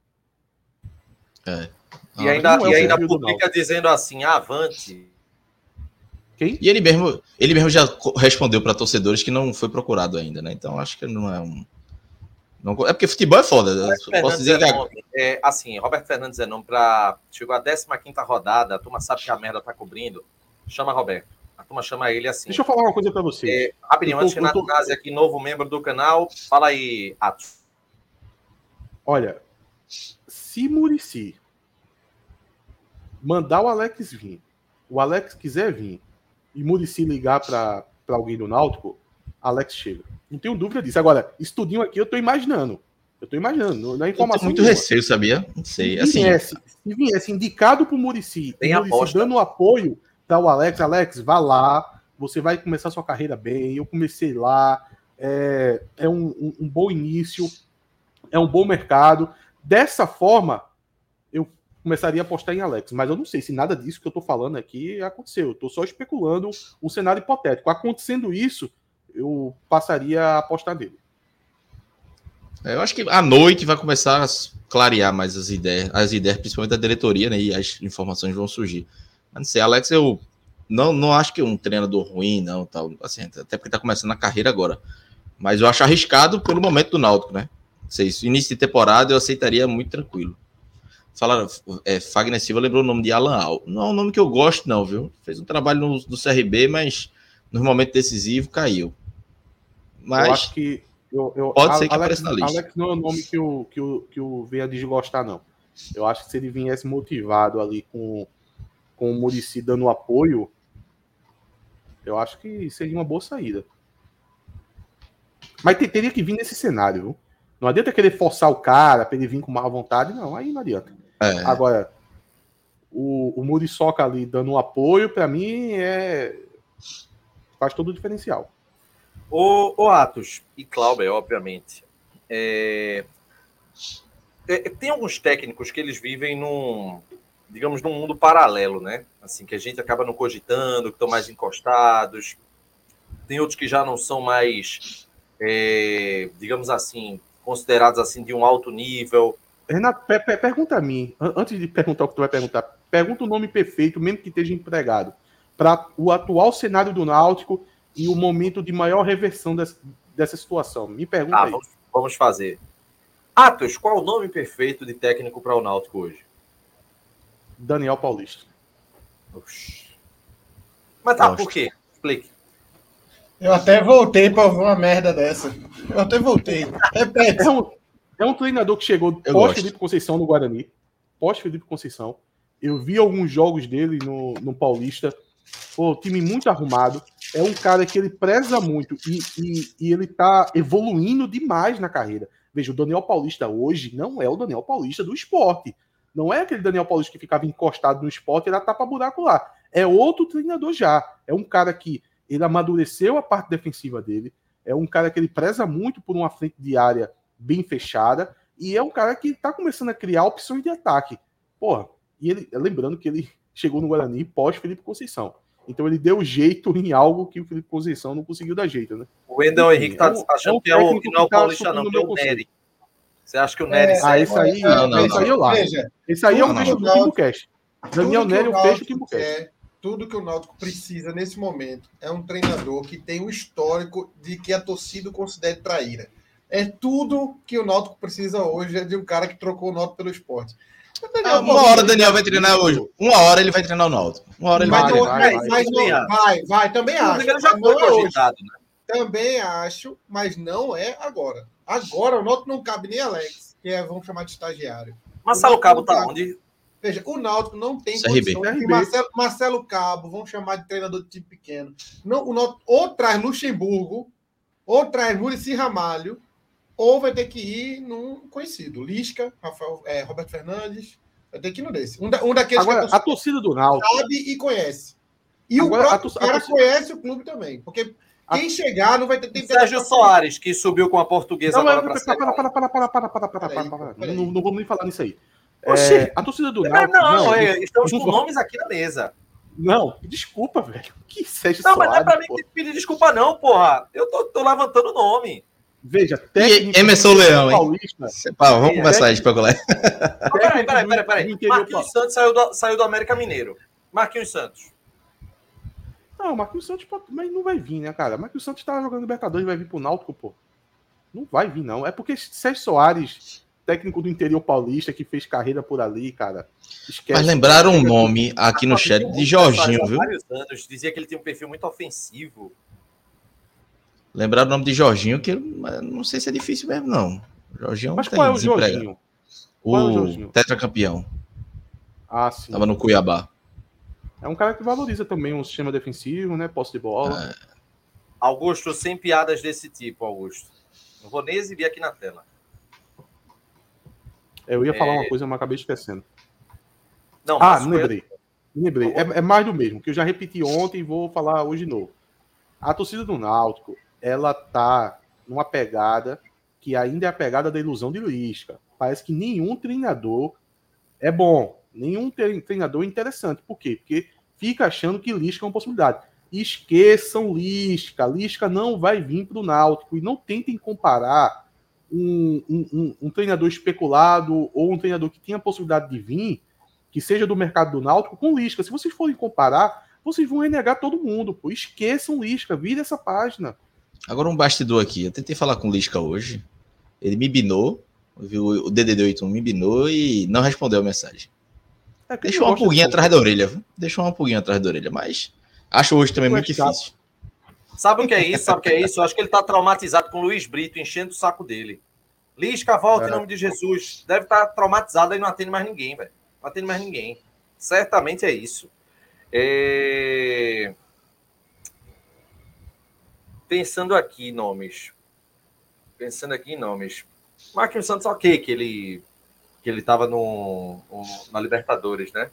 É. E ah, ainda, é e ainda publica dizendo assim, avante. Quem? E ele mesmo, ele mesmo já respondeu para torcedores que não foi procurado ainda, né? Então acho que não é um... Não... É porque futebol é foda. Posso dizer é, nome, é assim, Roberto Fernandes é nome para... Chegou a décima quinta rodada, a turma sabe que a merda tá cobrindo. Chama Roberto. A turma chama ele assim. Deixa eu falar uma coisa para você. É, rapidinho, antes de Renato Nazi aqui, novo membro do canal. Fala aí, Atos. Olha, se Muricy mandar o Alex vir, o Alex quiser vir, e Muricy ligar para alguém do Náutico, Alex chega. Não tenho dúvida disso. Agora, estudinho aqui eu tô imaginando. Eu tô imaginando. Na informação muito nenhuma. Receio, sabia? Não sei. Se assim, viesse, se viesse indicado pro Muricy, e Muricy dando apoio para o Alex, Alex, vá lá, você vai começar sua carreira bem. Eu comecei lá, é, é um, um, um bom início, é um bom mercado. Dessa forma, eu começaria a apostar em Alex, mas eu não sei se nada disso que eu tô falando aqui aconteceu. Eu tô só especulando um cenário hipotético. Acontecendo isso, eu passaria a apostar nele. Eu acho que à noite vai começar a clarear mais as ideias, as ideias principalmente da diretoria, né? E as informações vão surgir. Mas não sei, Alex, eu não, não acho que é um treinador ruim, não, tal, assim, até porque tá começando a carreira agora. Mas eu acho arriscado pelo momento do Náutico, né? Não sei, início de temporada eu aceitaria muito tranquilo. Falaram, é, Fagner Silva lembrou o nome de Alan Al. Não é um nome que eu gosto, não, viu? Fez um trabalho no, no C R B, mas no momento decisivo caiu. Mas eu acho que eu, eu, pode ser que Alex, apareça na lista. Alex não é um nome que eu, que eu, que eu venha desgostar, não. Eu acho que se ele viesse motivado ali com, com o Muricy dando apoio, eu acho que seria uma boa saída. Mas teria que vir nesse cenário, viu? Não adianta querer forçar o cara para ele vir com má vontade, não. Aí não adianta. É. Agora, o, o Muriçoca ali dando um apoio, para mim, é faz todo o diferencial. O, o Atos e Cláudio, obviamente, é... É, tem alguns técnicos que eles vivem num, digamos, num mundo paralelo, né? Assim, que a gente acaba não cogitando, que estão mais encostados. Tem outros que já não são mais, é, digamos assim, considerados assim de um alto nível. Renato, per per pergunta a mim, antes de perguntar o que tu vai perguntar, pergunta o nome perfeito, mesmo que esteja empregado, para o atual cenário do Náutico e o momento de maior reversão dessa, dessa situação. Me pergunta ah, aí. Vamos, vamos fazer. Atos, qual o nome perfeito de técnico para o Náutico hoje? Daniel Paulista. Oxi. Mas tá, por quê? Explique. Eu até voltei para ouvir uma merda dessa. Eu até voltei. Repete. É um, é um treinador que chegou pós-Felipe Conceição no Guarani. Pós-Felipe Conceição. Eu vi alguns jogos dele no, no Paulista. Pô, time muito arrumado. É um cara que ele preza muito e, e, e ele tá evoluindo demais na carreira. Veja, o Daniel Paulista hoje não é o Daniel Paulista do Sport. Não é aquele Daniel Paulista que ficava encostado no Sport e era tapa-buraco lá. É outro treinador já. É um cara que ele amadureceu a parte defensiva dele. É um cara que ele preza muito por uma frente de área bem fechada. E é um cara que tá começando a criar opções de ataque. Porra, e ele, lembrando que ele chegou no Guarani pós-Felipe Conceição. Então ele deu jeito em algo que o Felipe Conceição não conseguiu dar jeito, né? O Wendel Henrique tá achando é um que, é o, que não é o Paulista, não, que é o Nery. Você acha que o Nery... É, ah, esse aí, não, não, esse aí eu largo. Esse aí eu fecho do Timbucast. Daniel Nery eu fecho o Timbucast. Tudo que o Náutico precisa nesse momento é um treinador que tem um histórico de que a torcida considere traíra. É tudo que o Náutico precisa hoje é de um cara que trocou o Náutico pelo Esporte. Ah, uma hora o Daniel vai treinar hoje. Uma hora ele vai treinar o Náutico. Uma hora ele vai, vai treinar. Vai, vai, vai, vai, vai, vai, também acho. Já foi cogitado, né? Também acho, mas não é agora. Agora o Náutico não cabe nem Alex, que é, vamos chamar de estagiário. Marcelo Cabo tá onde? Veja, o Náutico não tem C R B. condição de Marcelo, Marcelo Cabo, vamos chamar de treinador de time pequeno. Não, o Náutico ou traz Luxemburgo, ou traz Muricy Ramalho, ou vai ter que ir num conhecido. Lisca, Rafael, é, Roberto Fernandes, vai ter que ir no desse. Um, da, um daqueles Agora, que a torcida do Náutico sabe e conhece. E Agora, o próprio a, a, cara a torcida... conhece o clube também. Porque quem a... chegar não vai ter tempo. Sérgio Soares, que subiu com a Portuguesa não, agora para, para, para, para, para, para, para, para, para, para, para. Não, não vamos nem falar nisso aí. É, a torcida do Náutico... Não, não, é, não estamos não, com nomes aqui na mesa. Não, desculpa, velho. Que Sérgio não, Soares, mas não é pra porra. mim pedir desculpa não, porra. Eu tô, tô levantando o nome. Veja, técnico... E Emerson Leão, hein? Paulista, Pá, vamos é, começar a especular. Peraí, peraí, peraí, peraí. Marquinhos Santos saiu do, saiu do América Mineiro. Marquinhos Santos. Não, Marquinhos Santos, mas não vai vir, né, cara? Marquinhos Santos tá jogando Libertadores, vai vir pro Náutico, pô. Não vai vir, não. É porque Sérgio Soares, técnico do interior paulista, que fez carreira por ali, cara. Esquece. Mas lembraram um nome aqui no chat de Jorginho, viu? Vários anos, dizia que ele tinha um perfil muito ofensivo. Lembraram o nome de Jorginho, que eu não sei se é difícil mesmo, não. Jorginho Mas qual é o Jorginho? O, é o Jorginho? Tetracampeão. Ah, sim. Tava no Cuiabá. É um cara que valoriza também um sistema defensivo, né? Posse de bola. É. Augusto, sem piadas desse tipo, Augusto. Não vou nem exibir aqui na tela. Eu ia é... falar uma coisa, mas acabei esquecendo. Não, ah, não lembrei. Eu... lembrei. É, é mais do mesmo, que eu já repeti ontem e vou falar hoje de novo. A torcida do Náutico, ela tá numa pegada que ainda é a pegada da ilusão de Lisca. Parece que nenhum treinador é bom. Nenhum treinador é interessante. Por quê? Porque fica achando que Lisca é uma possibilidade. Esqueçam Lisca. Lisca não vai vir para o Náutico. E não tentem comparar um, um, um, um treinador especulado ou um treinador que tinha a possibilidade de vir, que seja do mercado do Náutico, com Lisca. Se vocês forem comparar, vocês vão renegar todo mundo. Pô. Esqueçam Lisca. Vire essa página. Agora um bastidor aqui. Eu tentei falar com o Lisca hoje. Ele me binou. Viu? O D D D oito me binou e não respondeu a mensagem. É Deixou uma pulguinha atrás da orelha. Viu? Deixou uma pulguinha atrás da orelha. Mas acho hoje também muito difícil. Sabe o que é isso? Sabe o que é isso? Eu acho que ele tá traumatizado com o Luiz Brito enchendo o saco dele. Lisca, volta é. em nome de Jesus. Deve estar tá traumatizado e não atende mais ninguém, velho. Não atende mais ninguém. Certamente é isso. É... Pensando aqui em nomes. Pensando aqui em nomes. Marquinhos Santos, ok, que ele que ele estava no, no, na Libertadores, né?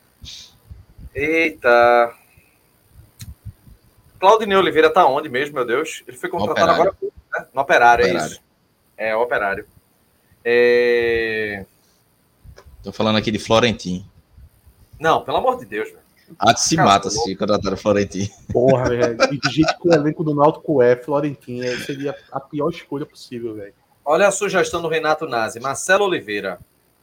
Eita. Claudinei Oliveira tá onde mesmo, meu Deus? Ele foi contratado agora, né? No Operário, operário, é isso? É, o Operário. É... Tô falando aqui de Florentino. Não, pelo amor de Deus, velho. Ah, se Cara, mata se contrataram Florentino. Porra, velho. E do jeito que o elenco do Náutico é, Florentino seria a pior escolha possível, velho. Olha a sugestão do Renato Nazi. Marcelo Oliveira.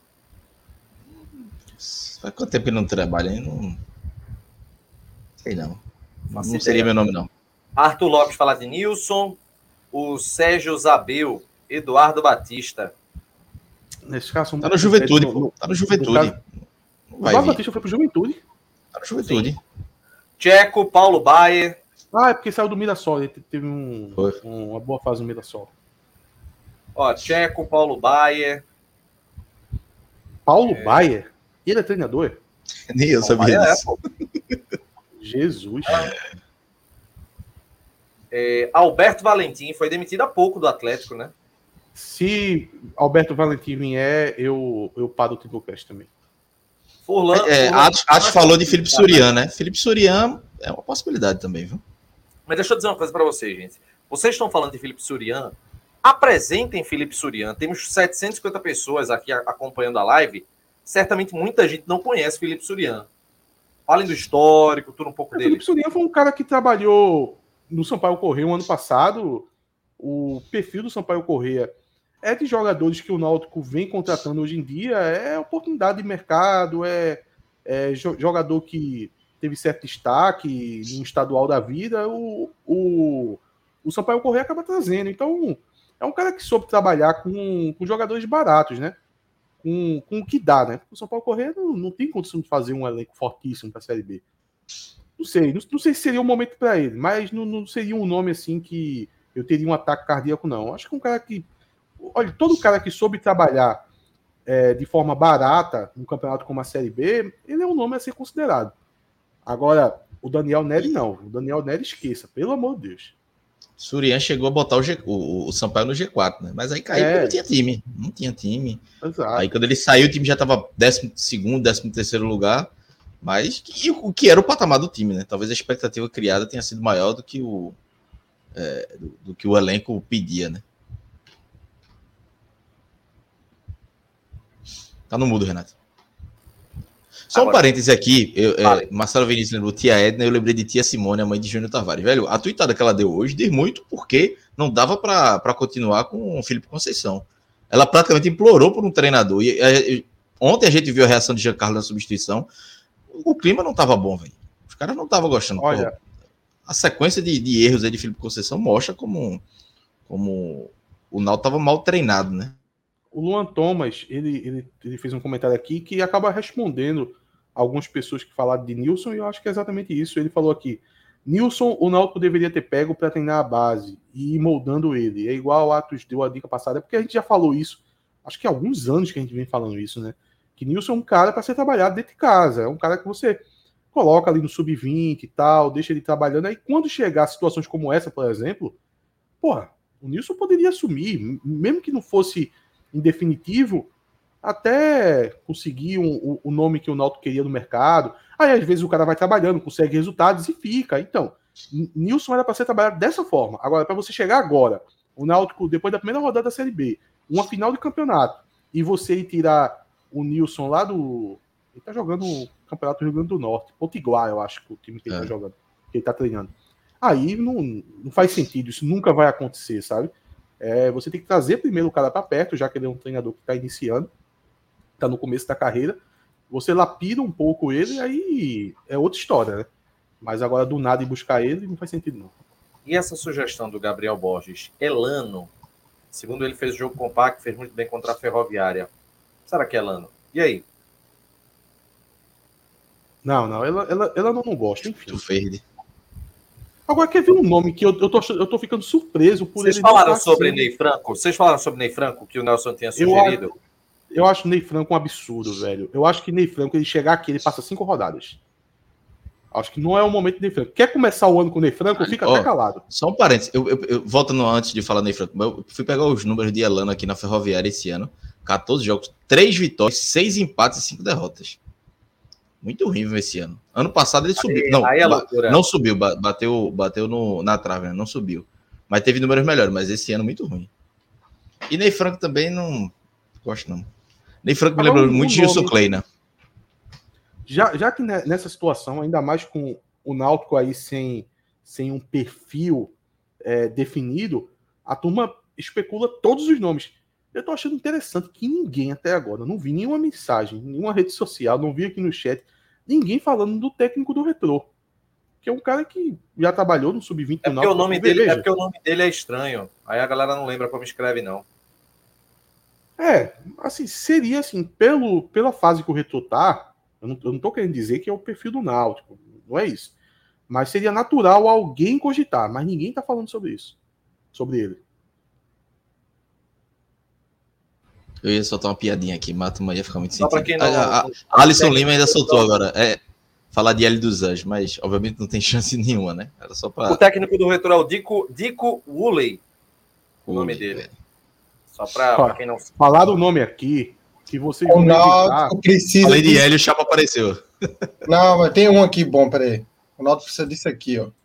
Faz quanto tempo que ele não trabalha, hein? Não sei não. Não Faço seria ideia. Meu nome, não. Arthur Lopes fala de Nilson. O Sérgio Zabel. Eduardo Batista. Nesse caso, tá no Juventude, pô. Tá no Juventude. O Eduardo Batista foi pro Juventude. Tá no Juventude. Sim. Tcheco, Paulo Baier. Ah, é porque saiu do Mirassol. Ele teve um, um, uma boa fase no Mirassol. Ó, Tcheco, Paulo Baier. Paulo é... Baier? Ele é treinador? Nem eu Paulo sabia Baier disso. É, Jesus. É, Alberto Valentim foi demitido há pouco do Atlético, né? Se Alberto Valentim vier, eu, eu paro o Timbucast também. Furlan, é, Furlan, Atos, Atos falou de Felipe Surian, né? Felipe Surian é uma possibilidade também, viu? Mas deixa eu dizer uma coisa para vocês, gente. Vocês estão falando de Felipe Surian, apresentem Felipe Surian. Temos setecentas e cinquenta pessoas aqui acompanhando a live. Certamente muita gente não conhece Felipe Surian. Falem do histórico, tudo um pouco é, dele. Felipe Surian foi um cara que trabalhou no Sampaio Corrêa um ano passado. O perfil do Sampaio Corrêa é de jogadores que o Náutico vem contratando hoje em dia. É oportunidade de mercado, é, é jogador que teve certo destaque no estadual da vida. O, o, o Sampaio Corrêa acaba trazendo. Então, é um cara que soube trabalhar com, com jogadores baratos, né? Com, com o que dá, né? O Sampaio Corrêa não, não tem condição de fazer um elenco fortíssimo para a Série B. Não sei, não, não sei se seria o momento para ele, mas não, não seria um nome assim que eu teria um ataque cardíaco, não. Acho que um cara que olha, todo cara que soube trabalhar é, de forma barata num campeonato como a Série B, ele é um nome a ser considerado. Agora, o Daniel Neri não. O Daniel Neri esqueça, pelo amor de Deus. Surian chegou a botar o, G, o, o Sampaio no G quatro, né? Mas aí caiu É. porque não tinha time. Não tinha time. Exato. Aí quando ele saiu, o time já estava décimo segundo, décimo terceiro lugar. Mas que, o que era o patamar do time, né? Talvez a expectativa criada tenha sido maior do que o, é, do, do que o elenco pedia, né? Tá no mudo, Renato. Só Agora, um parêntese aqui, eu, é, Marcelo Vinícius lembrou tia Edna, eu lembrei de tia Simone, a mãe de Júnior Tavares. Velho, a tuitada que ela deu hoje diz muito porque não dava para continuar com o Felipe Conceição. Ela praticamente implorou por um treinador. E, e, ontem a gente viu a reação de Giancarlo na substituição. O clima não estava bom, velho. Os caras não estavam gostando. Olha, Pô, a sequência de, de erros aí de Felipe Conceição mostra como, como o Náutico estava mal treinado, né? O Luan Thomas, ele, ele, ele fez um comentário aqui que acaba respondendo algumas pessoas que falaram de Nilson, e eu acho que é exatamente isso. Ele falou aqui, Nilson, o Náutico deveria ter pego para treinar a base e ir moldando ele. É igual o Atos deu a dica passada, porque a gente já falou isso, acho que há alguns anos que a gente vem falando isso, né? Que Nilson é um cara para ser trabalhado dentro de casa, é um cara que você coloca ali no sub vinte e tal, deixa ele trabalhando, aí quando chegar a situações como essa, por exemplo, porra, o Nilson poderia assumir, mesmo que não fosse em definitivo, até conseguir um, um, o nome que o Náutico queria no mercado. Aí, às vezes, o cara vai trabalhando, consegue resultados e fica. Então, Nilson era para ser trabalhado dessa forma. Agora, para você chegar agora, o Náutico, depois da primeira rodada da Série B, uma final de campeonato, e você ir tirar o Nilson lá do... Ele tá jogando o Campeonato do Rio Grande do Norte, Potiguar, eu acho que o time que ele é. tá jogando, que ele tá treinando. Aí não, não faz sentido, isso nunca vai acontecer, sabe? É, você tem que trazer primeiro o cara para perto, já que ele é um treinador que está iniciando, está no começo da carreira. Você lapida um pouco ele, aí é outra história, né? Mas agora do nada ir buscar ele não faz sentido, não. E essa sugestão do Gabriel Borges, Elano, segundo ele fez o jogo compacto, fez muito bem contra a Ferroviária. Será que é Elano? E aí? Não, não, ela, ela, ela não, não gosta, enfim. Do Verde. Agora, quer ver um nome que eu, eu, tô, eu tô ficando surpreso por Vocês ele. Vocês falaram sobre Ney Franco? Vocês falaram sobre Ney Franco, que o Nelson tinha sugerido? Eu, eu acho Ney Franco um absurdo, velho. Eu acho que Ney Franco, ele chegar aqui, ele passa cinco rodadas. Acho que não é o momento de Ney Franco. Quer começar o ano com o Ney Franco, fica oh, até calado. Só um parênteses. Eu, eu, eu, voltando antes de falar Ney Franco, eu fui pegar os números de Elano aqui na Ferroviária esse ano. catorze jogos, três vitórias, seis empates e cinco derrotas. Muito horrível esse ano. Ano passado ele subiu. Aí, não, aí é não subiu, bateu, bateu no, na trave, né? Não subiu. Mas teve números melhores, mas esse ano muito ruim. E Ney Franco também não gosto, não. Ney Franco me lembrou muito de Gilson Clay, né? Já, já que nessa situação, ainda mais com o Náutico aí sem, sem um perfil é, definido, a turma especula todos os nomes. Eu tô achando interessante que ninguém até agora, não vi nenhuma mensagem, nenhuma rede social, não vi aqui no chat, ninguém falando do técnico do Retrô. Que é um cara que já trabalhou no sub vinte é porque, o nome dele, é porque o nome dele é estranho. Aí a galera não lembra como escreve, não. É, assim, seria assim, pelo, pela fase que o Retrô tá, eu não, eu não tô querendo dizer que é o perfil do Náutico, não é isso. Mas seria natural alguém cogitar, mas ninguém tá falando sobre isso, sobre ele. Eu ia soltar uma piadinha aqui, Mato, mas ia ficar muito sentido. Não, a, a, a Alisson Lima ainda soltou agora. É, falar de L dos Anjos, mas obviamente não tem chance nenhuma, né? Era só pra... O técnico do Retrô é o Dico, Dico Woolley, o nome dele. É. Só para quem não... Falaram o nome aqui, que vocês vão Náutico precisa... Falei de Hélio, o Chapa apareceu. Não, mas tem um aqui bom, peraí. O Náutico precisa disso aqui, ó.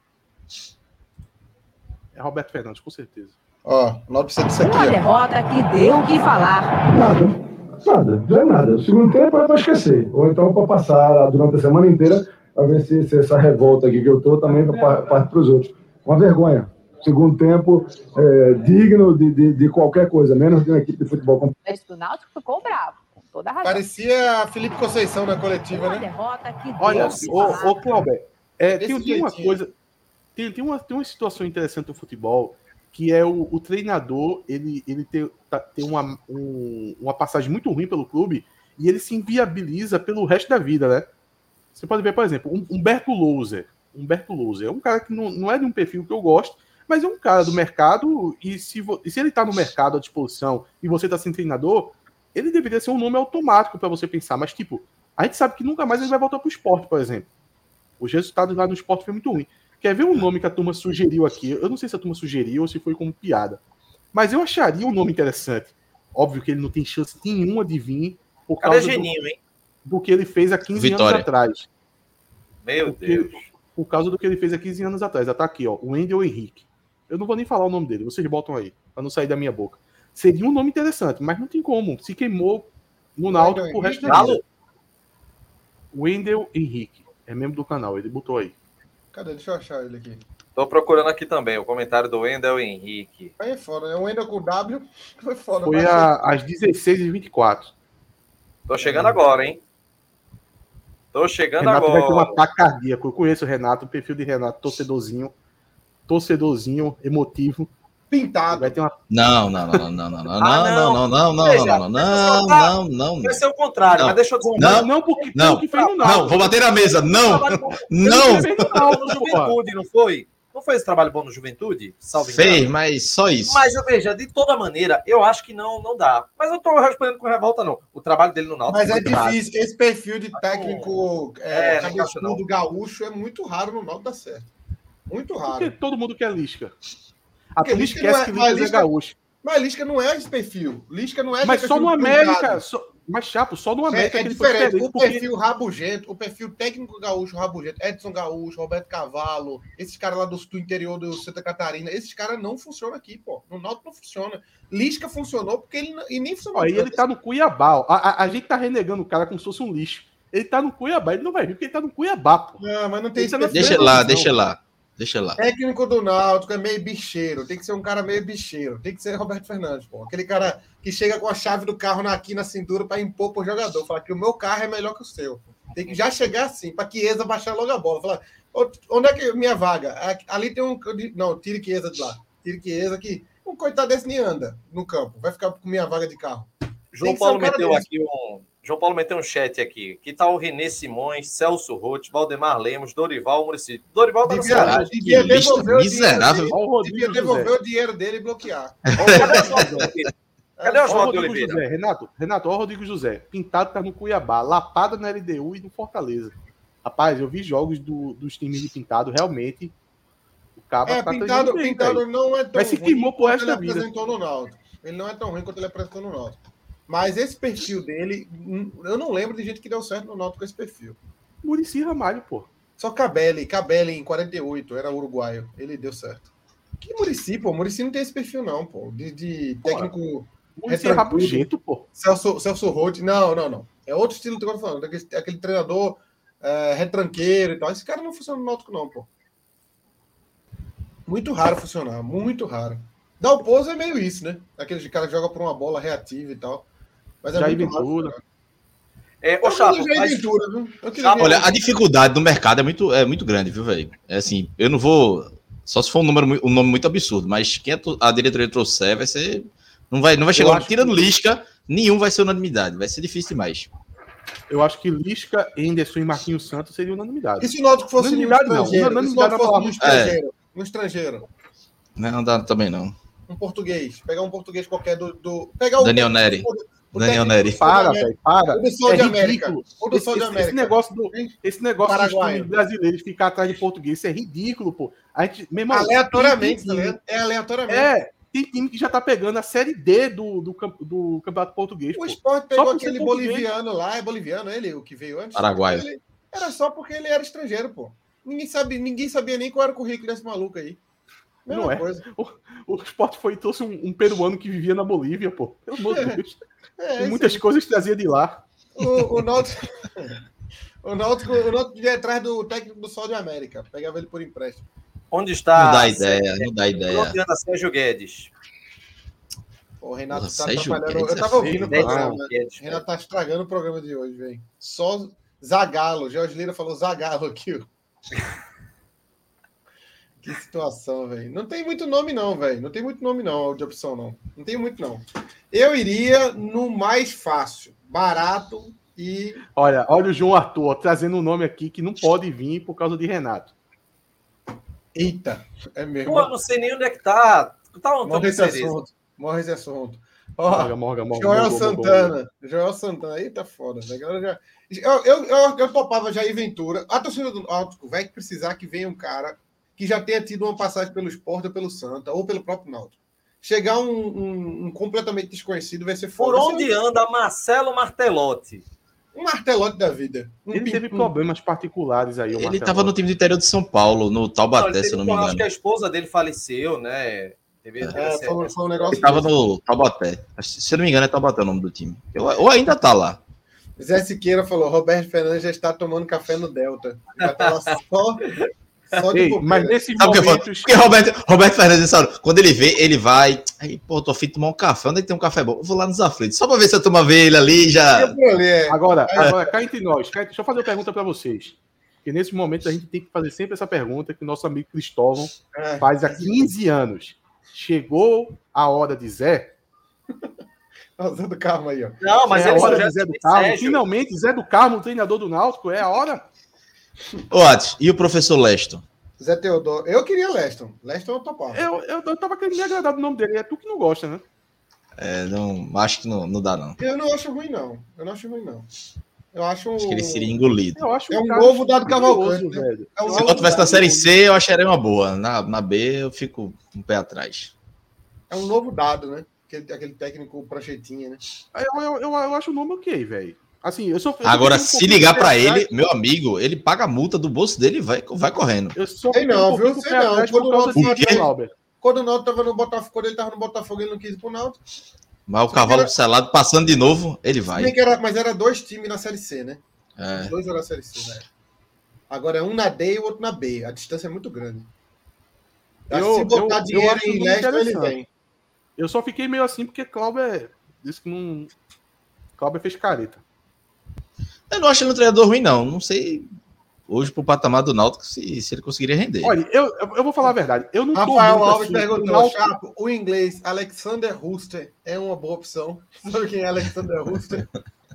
É Roberto Fernandes, com certeza. Ó, o Náutico precisa disso aqui, Uma ó. derrota que deu o que falar. Nada, nada, não é nada. O segundo tempo é para esquecer. Ou então para passar durante a semana inteira para ver se, se essa revolta aqui que eu tô também parte para os outros. Uma vergonha. Segundo tempo é, digno de, de, de qualquer coisa, menos de uma equipe de futebol. O do Náutico ficou bravo, com toda a razão. Parecia Felipe Conceição na coletiva, uma né? Derrota que Olha, deu ô, ô Cláudio, é, tem, tem uma jeitinho. coisa, tem, tem, uma, tem uma situação interessante no futebol, que é o, o treinador, ele, ele tem, tá, tem uma, um, uma passagem muito ruim pelo clube, e ele se inviabiliza pelo resto da vida, né? Você pode ver, por exemplo, um, Humberto Louser. Humberto Louser é um cara que não, não é de um perfil que eu gosto, Mas é um cara do mercado, e se, vo... e se ele tá no mercado à disposição e você tá sem treinador, ele deveria ser um nome automático para você pensar. Mas, tipo, a gente sabe que nunca mais ele vai voltar pro esporte, por exemplo. Os resultados lá no esporte foi muito ruim. Quer ver um nome que a turma sugeriu aqui? Eu não sei se a turma sugeriu ou se foi como piada. Mas eu acharia um nome interessante. Óbvio que ele não tem chance nenhuma de vir por Cadê causa Geninho, do, hein? do que ele fez há quinze Vitória. anos atrás. Meu Porque, Deus. por causa do que ele fez há quinze anos atrás. Tá aqui, ó. O Wendel Henrique. Eu não vou nem falar o nome dele. Vocês botam aí, para não sair da minha boca. Seria um nome interessante, mas não tem como. Se queimou no Náutico pro resto da vida. Wendel Henrique. É membro do canal. Ele botou aí. Cadê? Deixa eu achar ele aqui. Tô procurando aqui também o comentário do Wendel Henrique. Aí é foda, né? O Wendel com W foi foda. Foi a, às dezesseis e vinte e quatro. Tô chegando agora, hein? Tô chegando Renato agora. vai ter um ataque cardíaco. Eu conheço o Renato, o perfil de Renato, torcedorzinho. Torcedorzinho, emotivo. Pintado. Vai ter uma... Não, não, não, não, não, não, Ah, não, não, não, não, Veja, não, não, não, não, Vai ser o contrário, Não. mas deixa eu dizer. Não. não porque Não. pelo que fez no Náutico. não, vou bater na mesa, não, não, Ele fez no Náutico, no porra. Juventude, não foi? Não foi esse trabalho bom no Juventude? Salve fez, engano. mas só isso. Mas eu veja, de toda maneira, eu acho que não, não dá. Mas eu tô respondendo com revolta, não. O trabalho dele no Náutico. Mas é muito raro. difícil. Esse perfil de técnico é, É, não encaixa, não. cabeçudo gaúcho é muito raro no Náutico dar certo. Muito Porque raro. todo mundo quer Lisca. A Porque turma Lisca esquece não é- que mas Lisca é Lisca- gaúcho. Mas Lisca não é esse perfil. Lisca não é Mas esse só perfil no América. cruzado. Só... Mas, Chapo, só no É, América é que ele foi diferente. diferente. O Porque... perfil rabugento, o perfil técnico gaúcho rabugento, Edson Gaúcho, Roberto Cavalo, esses caras lá do, do interior do Santa Catarina, esses caras não funcionam aqui, pô. No Náutico não funciona. Lisca funcionou porque ele não- e nem funcionou. Ó, e ele tá no Cuiabá. ó. A, a, a gente tá renegando o cara como se fosse um lixo. Ele tá no Cuiabá. Ele não vai vir porque ele tá no Cuiabá, pô. Não, mas não tem esse Deixa perfil. Deixa não, lá, não. deixa lá, deixa lá. Técnico do Náutico é meio bicheiro, tem que ser um cara meio bicheiro, tem que ser Roberto Fernandes, pô. Aquele cara que chega com a chave do carro na- aqui na cintura para impor pro jogador, falar que o meu carro é melhor que o seu. Tem que já chegar assim, para Chiesa baixar logo a bola. Falar, "Ô, onde é que é minha vaga? Aqui- Ali tem um. Não, tire Chiesa de lá. Tire Chiesa que um coitado desse nem anda no campo. Vai ficar com minha vaga de carro. João Tem que ser Paulo um cara meteu desse. aqui um. João Paulo meteu um chat aqui. Que tal o Renê Simões, Celso Roth, Valdemar Lemos, Dorival Muricy. Dorival tá no Devia, Ceará. devia que lista devolver o miserável. dinheiro Ó o dele, Rodrigo devia devolver José. o dinheiro dele e bloquear. Cadê o João de Oliveira? Cadê o Ó o João de Rodrigo Oliveira? José. Renato, Renato, ó o Rodrigo José. Pintado tá no Cuiabá. Lapada na L D U e no Fortaleza. Rapaz, eu vi jogos do, dos times de Pintado. Realmente, o Caba É, tá Pintado, treinando bem, Pintado velho. não é tão Mas se ruim queimou pro quanto resto ele da vida. apresentou no Náutico. Ele não é tão ruim quanto ele apresentou no Náutico. Mas esse perfil dele, hum, eu não lembro de gente que deu certo no Náutico com esse perfil. Muricy Ramalho, pô. Só Cabelli, Cabelli em quarenta e oito, era uruguaio. Ele deu certo. Que Muricy, pô? Muricy não tem esse perfil, não, pô. De, de técnico Muricy é Retranquilo. rabugento, pô. Celso, Celso Roth. Não, não, não. É outro estilo que eu tô falando. Aquele, aquele treinador é, retranqueiro e tal. Esse cara não funciona no Náutico, não, pô. Muito raro funcionar, muito raro. Dalpozo é meio isso, né? Aquele cara que joga por uma bola reativa e tal. Mas é Jair muito raro. Ventura. funcionar. É, ô, Eu Chapo, queria Jair mas- Ventura, viu? Eu queria Chapo, ver- Olha, a dificuldade do mercado é muito, é muito grande, viu, velho? É assim, eu não vou. Só se for um, número, mui- um nome muito absurdo, mas quem a, to- a diretoria trouxer vai ser. Não vai, não vai chegar. acho Tirando que- Lisca, nenhum vai ser unanimidade. Vai ser difícil demais. Eu acho que Lisca, Henderson e Marquinhos Santos seriam unanimidade. E se o Náutico fosse um Unanimidade não, estrangeiro? E se o unanimidade Náutico não fosse um falar- estrangeiro? Um estrangeiro. Não dá também não. Um português. Pegar um português qualquer do... do... Pegar o Daniel técnico- Neri. o Daniel técnico Neri. do Sol de Para, América. velho, para. O do Sol É de América. ridículo. O do Esse, Sol de esse- América. esse negócio do, esse negócio dos Paraguaio. times brasileiros ficar atrás de português, isso é ridículo, pô. A gente, meu irmão, Aleatoriamente, tem tá time- ligado? É aleatoriamente. É, tem time que já tá pegando a série D do, do, camp- do Campeonato Português, O pô. Sport pegou por ser aquele português. boliviano lá, é boliviano ele, o que veio antes? Paraguaio. Ele- era só porque ele era estrangeiro, pô. Ninguém, sabe, ninguém sabia nem qual era o currículo desse maluco aí. Mesma Não é. coisa. O Sport foi e trouxe um, um peruano que vivia na Bolívia, pô. Pelo amor de Deus. É, Tem isso muitas aí. coisas que trazia de lá. O, o Náutico... O Náutico, o Náutico ia atrás do técnico do Sol de América. Pegava ele por empréstimo. Onde está? Não dá ideia, não dá ideia. Colombiana Sérgio Guedes. O Renato Porra, tá Sérgio atrapalhando. Guedes Eu é tava ouvindo o feio, programa. Sérgio Guedes, O Renato tá estragando o programa de hoje, velho. Só Zagalo. Jorge Lira falou Zagalo aqui, ó. Que situação, velho. Não tem muito nome, não, velho. Não tem muito nome, não, de opção, não. Não tem muito, não. Eu iria no mais fácil, barato e. Olha, olha o João Arthur ó, trazendo um nome aqui que não pode vir por causa de Renato. Eita, é mesmo. Pô, eu não sei nem onde é que tá. Tá onde Morre esse assunto. Morre esse assunto. Ó, Morga, morga, morga, Joel morga, Santana. morga. Joel Santana. Eita, foda. A galera já... eu, eu, eu, eu topava Jair Ventura. A torcida do Náutico vai precisar que venha um cara que já tenha tido uma passagem pelo Sport ou pelo Santa ou pelo próprio Náutico. Chegar um, um, um completamente desconhecido vai ser Por foda. onde Vai ser anda Marcelo Martelotti? um martelote da vida. Um Ele teve pim- problemas particulares aí, o Ele Martelotti. estava no time do interior de São Paulo, no Não, Taubaté, ele se teve eu não me um- acho engano. que a esposa dele faleceu, né? Teve, teve É, essa- foi, um- essa- foi um negócio. Ele estava desse. no Taubaté. Se eu não me engano, é Taubaté o nome do time. Eu- ou ainda tá lá. Zé Siqueira falou: Roberto Fernandes já está tomando café no Delta. Já tá lá só, só de Ei, bobeira. mas nesses Sabe o que eu falo? momentos... Porque Roberto, Roberto Fernandes, sabe, quando ele vê, ele vai. Aí, pô, tô afim de tomar um café. Onde é que tem um café bom? Eu vou lá nos aflitos. Só pra ver se eu tomo ver ele ali já. Por ali, é. Agora, agora, cá entre nós, cá- deixa eu fazer uma pergunta para vocês. Porque nesse momento a gente tem que fazer sempre essa pergunta que o nosso amigo Cristóvão É. faz há quinze anos. Chegou a hora de Zé? Tá usando carro aí, ó. Não, mas é a ele hora já de Zé do Carmo. Sérgio. Finalmente, Zé do Carmo, treinador do Náutico, é a hora? Ô, Atos, e o professor Leston? Zé Teodoro. Eu queria Leston. Leston eu topava. Eu, eu, eu tava querendo me agradar do nome dele. É tu que não gosta, né? É, não, acho que não, não dá, não. Eu não acho ruim, não. Eu não acho ruim, não. Eu acho um. Acho que ele seria engolido. Eu acho É um cara novo Dado curioso, Cavalcante, né? velho. É um Eu Se eu novo tivesse na Dado. Série C, eu acharia uma boa. Na, na B, eu fico um pé atrás. É um novo dado, né? Aquele, aquele técnico pranchetinha, né? Eu, eu, eu, eu acho o nome ok, velho. Assim, eu só. eu só Agora, fiquei um se pouquinho ligar com pra o pé ele, atrás. meu amigo, ele paga a multa do bolso dele e vai, vai correndo. Eu só Sei fiquei não, um pouquinho viu? com o Sei pé não. atrás Quando por causa o do Náutico- João Lauber. Quando o Náutico tava no Botafogo, quando ele tava no Botafogo, ele não quis ir pro Náutico. Mas o cavalo selado passando de novo, ele Se bem vai. que era, mas era dois times na Série C, né? Os É. dois eram na Série C, né? Agora é um na D e o outro na B. A distância é muito grande. Eu- Se botar eu- eu dinheiro acho em muito Leston, ele interessante. vem. Eu só fiquei meio assim porque Cláudio disse que não. Cláudio fez careta. Eu não acho ele um treinador ruim, não. Não sei hoje pro patamar do Náutico se, se ele conseguiria render. Olha, eu, eu eu vou falar a verdade. Eu não tô Rafael muito Alves assim, o perguntou, Náutico- Chapo, o inglês Alexander Rooster é uma boa opção? Sabe quem é Alexander Rooster?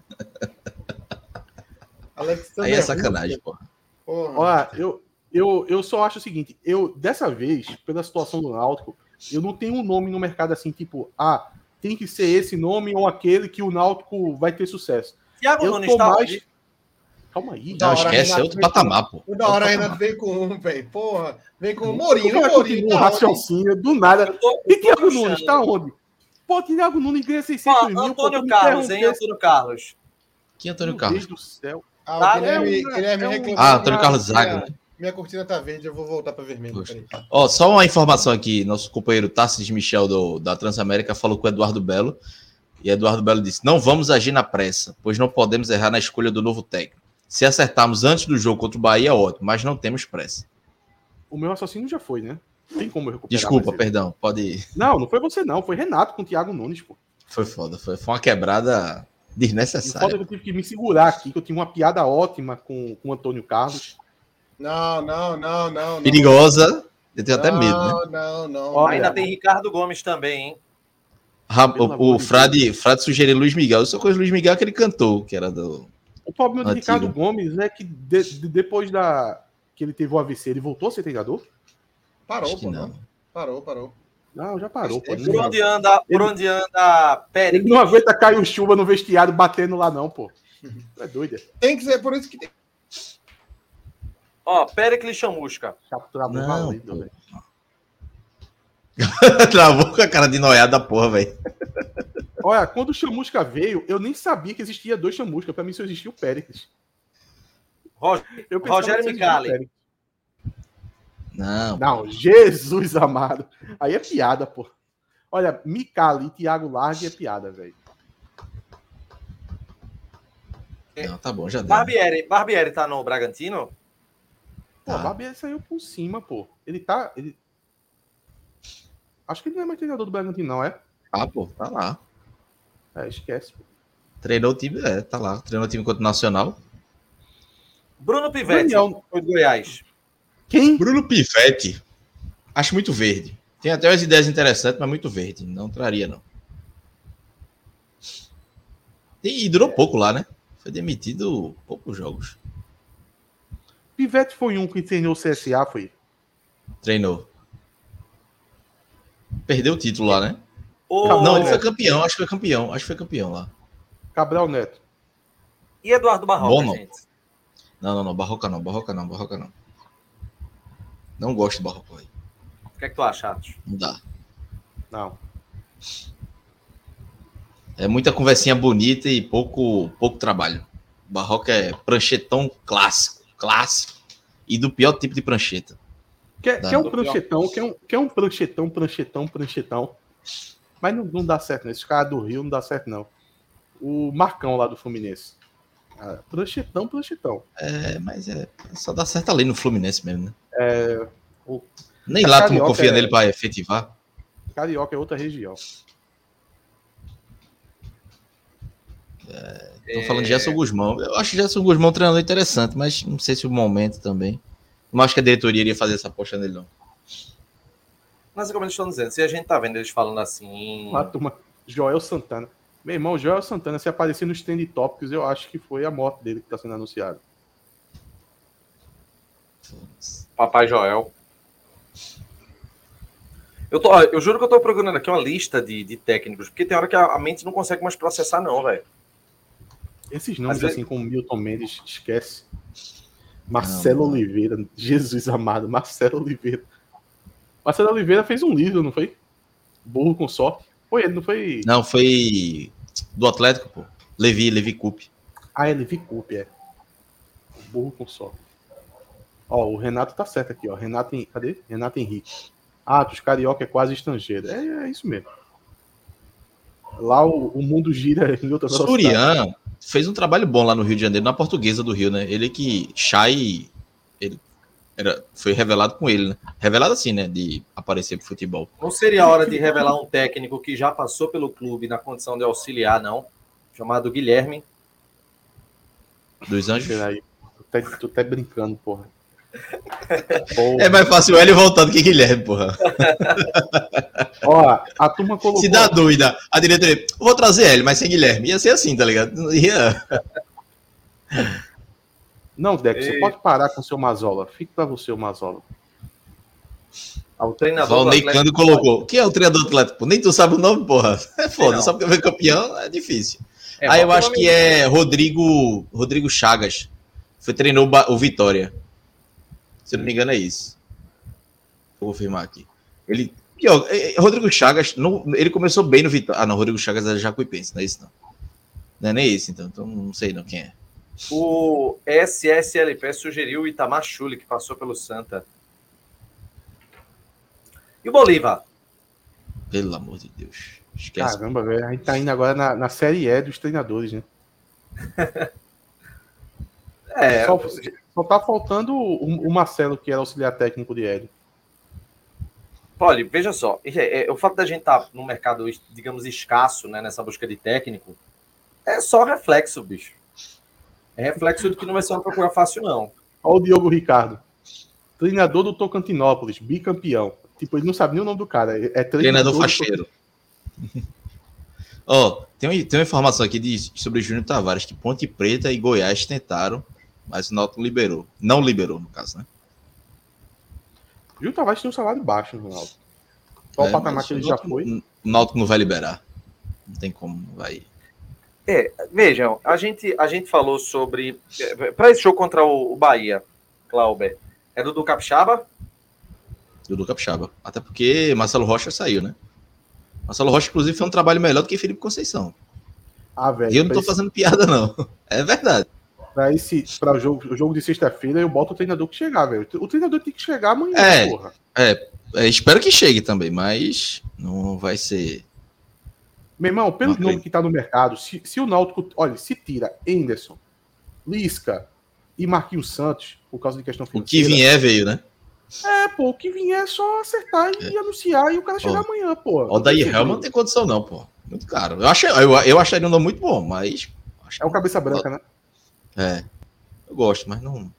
Alexander Aí é sacanagem, Rooster. pô. Porra. Olha, eu, eu, eu só acho o seguinte, eu, dessa vez, pela situação do Náutico, eu não tenho um nome no mercado assim, tipo, ah, tem que ser esse nome ou aquele que o Náutico vai ter sucesso. Thiago Eu Nunes tô está mais... onde? Calma aí. Da Não, hora, esquece, é Renato, outro vem patamar, pô. Toda hora a Outro Renato veio com um, velho. Porra, vem com o O Mourinho. cara O Mourinho continua tá o onde? raciocínio, do nada. Eu tô- E eu tô Thiago puxando. Nunes, tá onde? Pô, Thiago Nunes ganha seiscentos Ó, mil. pô, Antônio tu me Carlos, hein? interrompesse. Antônio Carlos. Que Antônio Meu Carlos? Deus do céu. Ah, Tá, o Guilherme, é um- Guilherme é um- reclamou Ah, que Antônio a- Carlos minha- Zaga, né? Minha cortina tá verde, eu vou voltar pra vermelho. Poxa. Peraí. Ó, só uma informação aqui. Nosso companheiro Tarcísio Michel do, da Transamérica falou com o Eduardo Belo. E Eduardo Belo disse: não vamos agir na pressa, pois não podemos errar na escolha do novo técnico. Se acertarmos antes do jogo contra o Bahia, ótimo, mas não temos pressa. O meu assassino já foi, né? Tem como eu recuperar. Desculpa, mais ele. perdão, pode ir. Não, não foi você não, foi Renato com o Thiago Nunes, pô. Foi foda, foi, foi uma quebrada E o desnecessária. foda é que eu tive que me segurar aqui, que eu tive uma piada ótima com, com o Antônio Carlos. Não, não, não, não. não. Perigosa, eu tenho até medo, né? Não, não, não. Olha, Ainda tem Ricardo Gomes também, hein? Ra- Pelo O, amor o de Frade, Frade sugeriu Luiz Miguel. Eu só conheço o Luiz Miguel que ele cantou, que era do. O problema do Antigo. Ricardo Gomes é que de- de- depois da que ele teve o A V C, ele voltou a ser treinador? Parou, Acho que pô. não. Não. Parou, parou. Não, já parou. Pô. Ele- Por Ele, onde anda, por onde anda ele Pérez? não aguenta cair o chuva no vestiário batendo lá, não, pô. Tu é doido. Tem que ser, por isso que tem. Ó, Péricles Chamusca. Chato travou Não, valendo, pô. velho. Travou com a cara de noiada da porra, velho. Olha, quando o Chamusca veio, eu nem sabia que existia dois Chamusca. Pra mim só existia o Péricles. Ro- Eu pensava Rogério que só existia o Micali. Péricles. Não, Não, Jesus amado. Aí é piada, pô. Olha, Micali e Thiago Largue é piada, velho. não, tá bom, já deu. Barbieri, Barbieri tá no Bragantino? Pô, Tá. o Barbieri saiu por cima, pô. Ele tá. Ele... Acho que ele não é mais treinador do Bragantino, não, é? Ah, pô, tá lá. É, esquece. Pô. Treinou o time, é, tá lá. Treinou o time contra o Nacional. Bruno Pivetti, Daniel. foi do Goiás. Quem? Bruno Pivetti. Acho muito verde. Tem até umas ideias interessantes, mas muito verde. Não traria, não. E, e durou pouco lá, né? Foi demitido poucos jogos. Pivete foi um que treinou o C S A, foi? Treinou. Perdeu o título lá, né? O... Não, ele foi campeão, acho que foi campeão. Acho que foi campeão lá. Cabral Neto. E Eduardo Barroca, Bom, não. gente? Não, não, não. Barroca não, Barroca não, Barroca não. Não gosto do Barroca, velho. O que é que tu acha, Atos? Não dá. Não. É muita conversinha bonita e pouco, pouco trabalho. Barroca é pranchetão clássico, clássico. E do pior tipo de prancheta. Quer, Dá. quer um pranchetão, quer um, quer um pranchetão, pranchetão, pranchetão. Mas não, não dá certo, né? Esse cara do Rio não dá certo, não. O Marcão lá do Fluminense. Ah, pranchetão, pranchetão. É, mas é só dá certo ali no Fluminense mesmo, né? É, o Nem lá tu não Carioca confia é- nele pra efetivar. Carioca é outra região. Estão falando de Gerson Guzmão. Eu acho o Gerson Guzmão um treinador interessante, mas não sei se o momento também. Não acho que a diretoria iria fazer essa aposta nele, não. Mas como eles estão dizendo, se a gente tá vendo eles falando assim... Lá, turma, Joel Santana. Meu irmão, Joel Santana, se aparecer nos Trend Topics, eu acho que foi a morte dele que está sendo anunciada. Papai Joel. Eu, tô, ó, eu juro que eu tô procurando aqui uma lista de, de técnicos, porque tem hora que a, a mente não consegue mais processar, não, velho. Esses nomes, Às vezes- assim, como Milton Mendes, esquece. Marcelo Não, não. Oliveira, Jesus amado, Marcelo Oliveira. Marcelo Oliveira fez um livro, não foi? Burro com sorte. Foi ele, não foi? Não, foi do Atlético, pô. Levi, Levi Coupe. Ah, ele vi Coupe, é. Burro com sorte. Ó, o Renato tá certo aqui, ó. Renato, Hen- cadê? Renato Henrique. Ah, os carioca é quase estrangeiro. É, é isso mesmo. Lá o, o mundo gira em outra velocidade. Surian fez um trabalho bom lá no Rio de Janeiro, na Portuguesa do Rio, né? Ele que Chay, ele era, foi revelado com ele, né? Revelado assim, né? De aparecer pro futebol. Não seria a hora de revelar um técnico que já passou pelo clube na condição de auxiliar, não? Chamado Guilherme. Dos Anjos. Peraí. Tu tá, tu tá brincando, porra. Porra. É mais fácil ele voltando que Guilherme, porra. Ó, a turma colocou. Se dá dúvida, a diretoria, vou trazer ele, mas sem Guilherme. Ia ser assim, tá ligado? Não ia... Não, Deco, você Ei. pode parar com o seu Mazola. Fique pra você, o Mazola. O treinador do Valnei Atlético- Cano colocou. Quem é o treinador do Atlético? Nem tu sabe o nome, porra. É foda, Não. só porque foi campeão é difícil. É, Aí eu bota o acho nome- que é Rodrigo, Rodrigo Chagas. Foi treinou o Ba- o Vitória. Se eu não me engano, é isso. Vou confirmar aqui. Ele. E, ó, é, é, Rodrigo Chagas, não, ele começou bem no Vitória. Ah, não, Rodrigo Chagas é Jacuipense, não é isso, não. Não é nem esse, então. Então não sei não quem é. O S S L P sugeriu o Itamar Schulli, que passou pelo Santa. E o Bolívar? Pelo amor de Deus. Esquece. Caramba, velho. A gente tá indo agora na, na série E dos treinadores, né? É, Só, só tá faltando o, o Marcelo, que era auxiliar técnico de Hélio. olha, veja só. é, é, o fato da gente estar no mercado, digamos, escasso, né, nessa busca de técnico, é só reflexo, bicho. É reflexo do que não vai ser uma procura fácil, não. Olha o Diogo Ricardo. Treinador do Tocantinópolis, bicampeão. Tipo, ele não sabe nem o nome do cara. É treinador, Treinador do facheiro. Ó, tem, um- tem uma informação aqui de, sobre Júnior Tavares, que Ponte Preta e Goiás tentaram, mas o Náutico liberou. Não liberou, no caso, né? Júlio Tavares tinha um salário baixo no Ronaldo. Qual É, o patamar mas que ele o já Náutico- foi? O Náutico não vai liberar. Não tem como, não vai. É, vejam, a gente, a gente falou sobre... Para esse jogo contra o, o Bahia, Clauber, é do, do Capixaba? Dudu Capixaba. Até porque Marcelo Rocha saiu, né? Marcelo Rocha, inclusive, fez um trabalho melhor do que Felipe Conceição. Ah, velho. E eu não pra tô esse- fazendo piada, não. É verdade. Pra esse pra o jogo, o jogo de sexta-feira, eu boto o treinador que chegar, velho. O treinador tem que chegar amanhã, É. porra. É, espero que chegue também, mas não vai ser. Meu irmão, pelo Não nome acredito. que tá no mercado, se, se o Náutico, olha, se tira Anderson, Lisca e Marquinhos Santos, por causa de questão O que financeira. vier veio, né? É, pô, o que vier é só acertar e anunciar e o cara chegar Ó, amanhã, pô. O Daí Helman não tem condição, não, pô. Muito caro. Eu, achei, eu, eu acharia um nome muito bom, mas. Acho É o cabeça branca, né? É. Eu gosto, mas não.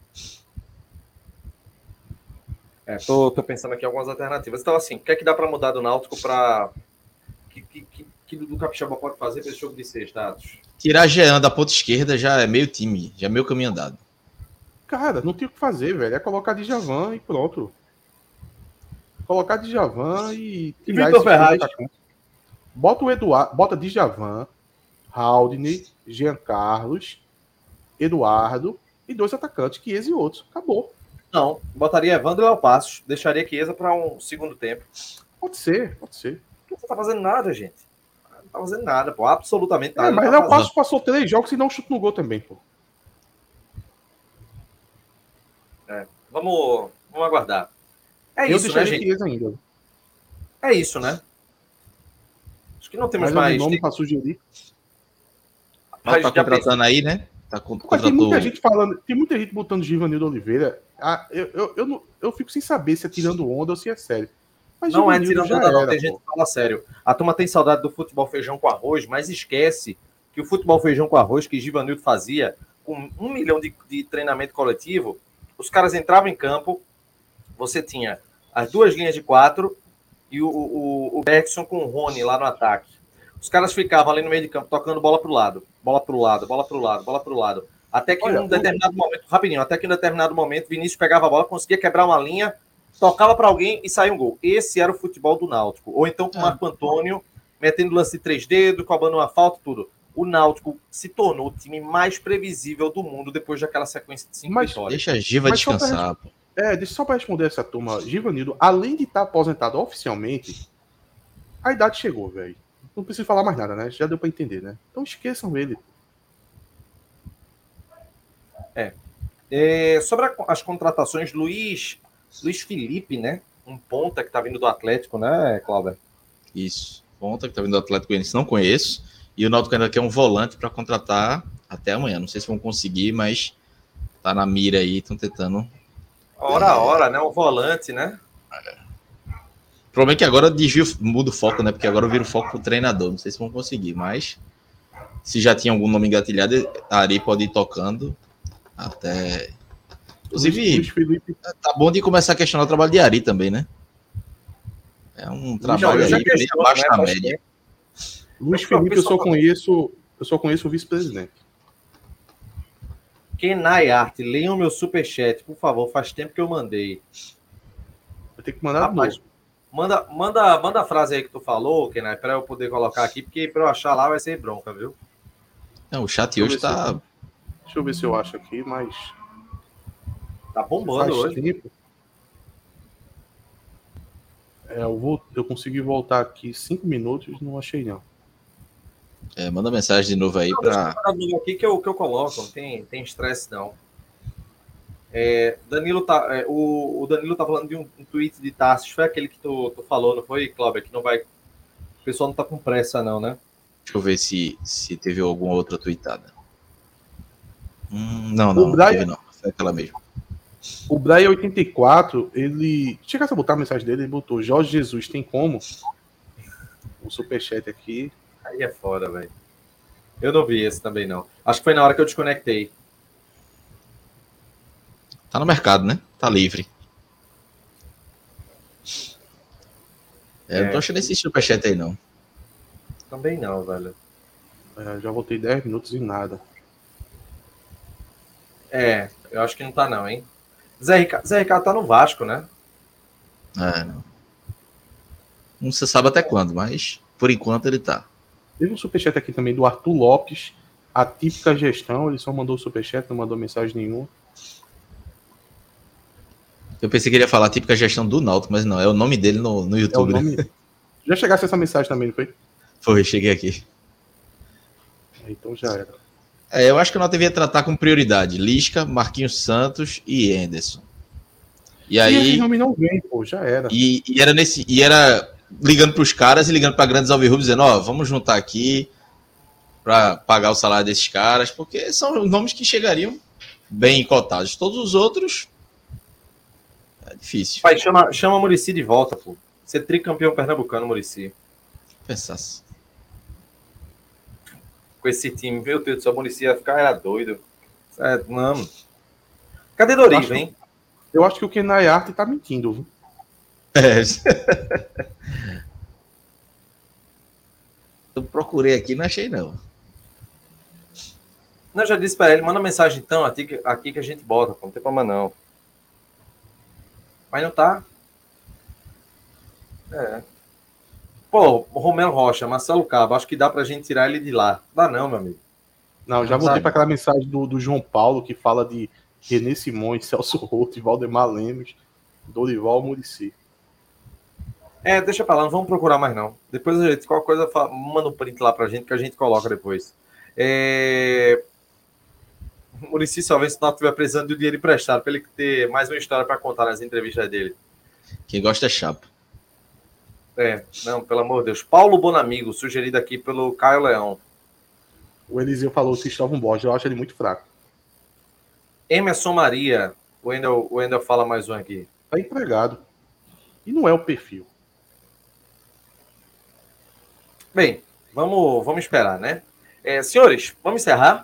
É, tô, tô pensando aqui em algumas alternativas. Então, assim, o que é que dá para mudar do Náutico para... Que, que, que, que do Capixaba pode fazer para esse jogo de sexta, Atos? Tirar Jean da ponta esquerda já é meio time, já é meio caminho andado. Cara, não tem o que fazer, velho. É colocar Djavan e pronto. Colocar Djavan e E Vitor Ferraz. Bota o Eduardo, bota Djavan, Haldney, Jean Carlos, Eduardo e dois atacantes, Chiesa e outros. Acabou. Não, botaria Evandro e Léo Passos. Deixaria Chiesa para um segundo tempo. Pode ser, pode ser. Não tá fazendo nada, gente. Não tá fazendo nada, pô. Absolutamente nada. É, mas tá Léo fazendo. Passos passou três jogos e não chute no gol também, pô. É, vamos, vamos aguardar. É Eu isso, né, deixaria gente? Chiesa ainda. É isso, né? Acho que não temos Mas mais. o nome Tem... para sugerir. Mas tá já contratando aí, né? Tá con- Mas tem contratou. muita gente falando, tem muita gente botando Givanildo Oliveira. Ah, eu, eu, eu, não- eu fico sem saber se é tirando onda ou se é sério. Mas Não é Givanildo tirando já onda, não. era, Tem pô. gente que fala sério. A turma tem saudade do futebol feijão com arroz, mas esquece que o futebol feijão com arroz que Givanildo fazia, com um milhão de, de treinamento coletivo, os caras entravam em campo, você tinha as duas linhas de quatro e o, o, o Bergson com o Rony lá no ataque. Os caras ficavam ali no meio de campo tocando bola pro lado, bola pro lado, bola pro lado, bola pro lado. Até que em Olha, um determinado momento, rapidinho, até que em um determinado momento, Vinícius pegava a bola, conseguia quebrar uma linha, tocava para alguém e saía um gol. Esse era o futebol do Náutico. Ou então com o Marco Antônio, metendo lance de três dedos, cobrando uma falta, tudo. O Náutico se tornou o time mais previsível do mundo depois daquela sequência de cinco Mas vitórias. Deixa a Giva Mas só pra descansar, pô. É, deixa só para responder essa turma. Givanildo, além de estar aposentado oficialmente, a idade chegou, velho. Não preciso falar mais nada, né? Já deu para entender, né? Então esqueçam ele. É, sobre a- as contratações, Luiz, Luiz Felipe, né? Um ponta que tá vindo do Atlético, né, Cláudio? Isso. Ponta que tá vindo do Atlético Goianiense, não conheço. E o Náutico ainda quer um volante para contratar até amanhã. Não sei se vão conseguir, mas tá na mira aí, estão tentando. Hora a hora, né? Um volante, né? O problema é que agora desvio, muda o foco, né? Porque agora eu viro o foco pro treinador. Não sei se vão conseguir, mas se já tinha algum nome engatilhado, a Ari pode ir tocando até. Inclusive, Luiz Felipe, tá bom de começar a questionar o trabalho de Ari também, né? É um trabalho eu já aí bem questiono, abaixo né, da faz média. tempo. Luiz Eu- Felipe, eu só pessoal- conheço, eu só conheço o vice-presidente. Kenai Art, leiam meu superchat, por favor. Faz tempo que eu mandei. Vai ter que mandar de Rapaz, novo. manda, manda, manda a frase aí que tu falou, Kenai, para eu poder colocar aqui, porque para eu achar lá vai ser bronca, viu? Não, o chat Deixa eu hoje ver se tá. eu- Deixa eu ver se eu acho aqui, mas Tá bombando faz hoje. tempo. É, eu, vou, eu consegui voltar aqui cinco minutos, não achei não. É, manda mensagem de novo aí Não, deixa eu para. mandar dúvida aqui que eu, que eu coloco, não tem tem estresse não. É, Danilo tá, é, o, o Danilo tá falando de um, um tweet de Tarsis, foi aquele que tu, tu falou, não foi, Cláudio? Que não vai. O pessoal não tá com pressa, não, né? Deixa eu ver se, se teve alguma outra tweetada. Hum, não, O não, não Brian- teve não. Foi aquela mesmo. O Brian oitenta e quatro, ele. Chegasse a botar a mensagem dele, ele botou Jorge Jesus, tem como? O superchat aqui. Aí é foda, velho. Eu não vi esse também, não. Acho que foi na hora que eu desconectei. Tá no mercado, né? Tá livre. É, É. Não tô achando esse superchat aí, não. Também não, velho. É, já voltei dez minutos e nada. É, eu acho que não tá, não, hein? Zé Ricardo, Zé Ricardo tá no Vasco, né? É, não. Não se sabe até quando, mas por enquanto ele tá. Teve um superchat aqui também do Arthur Lopes, a típica gestão, ele só mandou o superchat, não mandou mensagem nenhuma. Eu pensei que ele ia falar típica gestão do Náutico, mas não, é o nome dele no, no É o YouTube. né? nome. Já chegasse essa mensagem também, não foi? Foi, cheguei aqui. Então já era. É, eu acho que o Náutico devia tratar com prioridade Lisca, Marquinhos Santos e Henderson. E E esse aí, nome não vem, pô, já era. e, e era nesse, e era ligando para os caras e ligando para grandes alvirrubos dizendo, ó, vamos juntar aqui para pagar o salário desses caras, porque são nomes que chegariam bem cotados. Todos os outros é difícil. Pai, chama, chama o Muricy de volta, pô. Ser tricampeão pernambucano, Muricy. Pensasse. Com esse time, meu Deus do céu, o Muricy ia ficar era doido. É, não. Cadê Doriva, hein? Eu acho que o Kenai Arte tá mentindo, viu? É. Eu procurei aqui, não achei não. Não, eu já disse pra ele, manda mensagem então, aqui, que- aqui que a gente bota, pô, não tem problema não. Mas não tá. É. Pô, Romero Rocha, Marcelo Cabo, acho que dá pra gente tirar ele de lá. Dá não, meu amigo. Não, já voltei para aquela mensagem do, do João Paulo que fala de René Simões, Celso Roto, Valdemar Lemos, Dorival Muricy. É, deixa pra lá, não vamos procurar mais não. Depois a gente, qualquer coisa, fala, manda um print lá pra gente que a gente coloca depois. É... Muricy só vem se não estiver precisando do dinheiro emprestado, pra ele ter mais uma história pra contar nas entrevistas dele. Quem gosta é chapa. É, não, pelo amor de Deus. Paulo Bonamigo, sugerido aqui pelo Caio Leão. O Eliseu falou que Cristóvão Borges, eu acho ele muito fraco. Emerson Maria, o Wendel, o Wendel fala mais um aqui. Tá empregado. E não é o perfil. Bem, vamos, vamos esperar, né? É, senhores, vamos encerrar?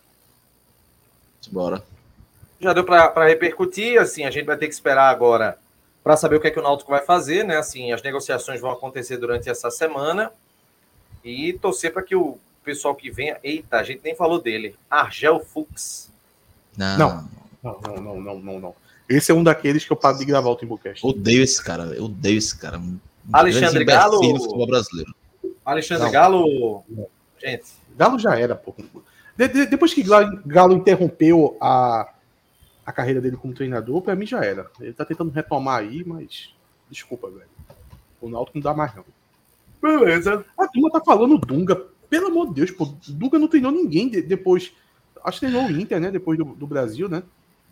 Bora. Já deu para repercutir, assim, a gente vai ter que esperar agora para saber o que é que o Náutico vai fazer, né? Assim, as negociações vão acontecer durante essa semana e torcer para que o pessoal que venha... Eita, a gente nem falou dele. Argel Fux. Não. Não. Não, não, não, não, não, não. Esse é um daqueles que eu paro de gravar o Timbucast. Odeio esse cara, eu odeio esse cara. Um Alexandre grande Galo. imbecil no futebol brasileiro. Alexandre Não. Galo. Não. Gente. Galo já era, pô. De- de- depois que Galo, Galo interrompeu a, a carreira dele como treinador, pra mim já era. Ele tá tentando retomar aí, mas desculpa, velho. O Náutico não dá mais, não. Beleza. A turma tá falando Dunga. Pelo amor de Deus, pô. Dunga não treinou ninguém de- depois. Acho que treinou o Inter, né? Depois do, do Brasil, né?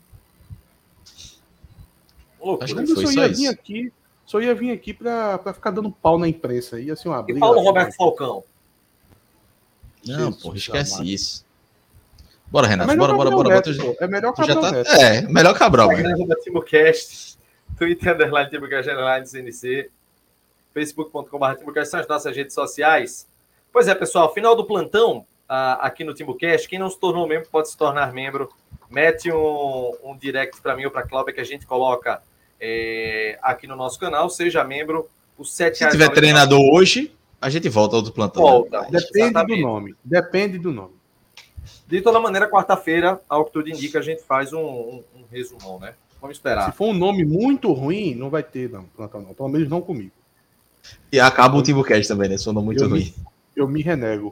Loucura. Acho que Dunga foi só só ia isso. vir aqui. Só ia vir aqui pra, pra ficar dando pau na imprensa. Ia ser uma E briga. Paulo lá Roberto fora. Falcão? Não, Jesus porra, esquece amado. isso. Bora, É Renato, melhor bora, bora, Cabral bora. Neto, Bota... pô. É melhor Tu já Cabral tá... Neto. É, melhor Cabral, velho. Instagram, arroba TimbuCast, Twitter, underline TimbuCast, underline C N C, facebook ponto com barra TimbuCast, são as nossas redes sociais. Pois é, pessoal, final do plantão ah, aqui no TimbuCast. Quem não se tornou membro pode se tornar membro. Mete um, um direct para mim ou para a Cláudia que a gente coloca é, aqui no nosso canal. Seja membro. Os sete Se tiver treinador hoje, a gente volta ao outro plantão. né? Volta. Depende Exatamente. do nome. Depende do nome. De toda maneira, quarta-feira, ao que tudo indica, a gente faz um, um, um resumão, né? Vamos Se esperar. for um nome muito ruim, não vai ter, não. Plantão, não. Pelo menos não comigo. E acaba o Timbucast também, né? Sonou muito Eu ruim. me, eu me renego.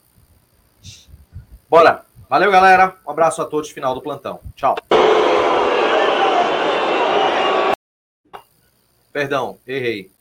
Bora. Valeu, galera. Um abraço a todos. Final do plantão. Tchau. Perdão, errei.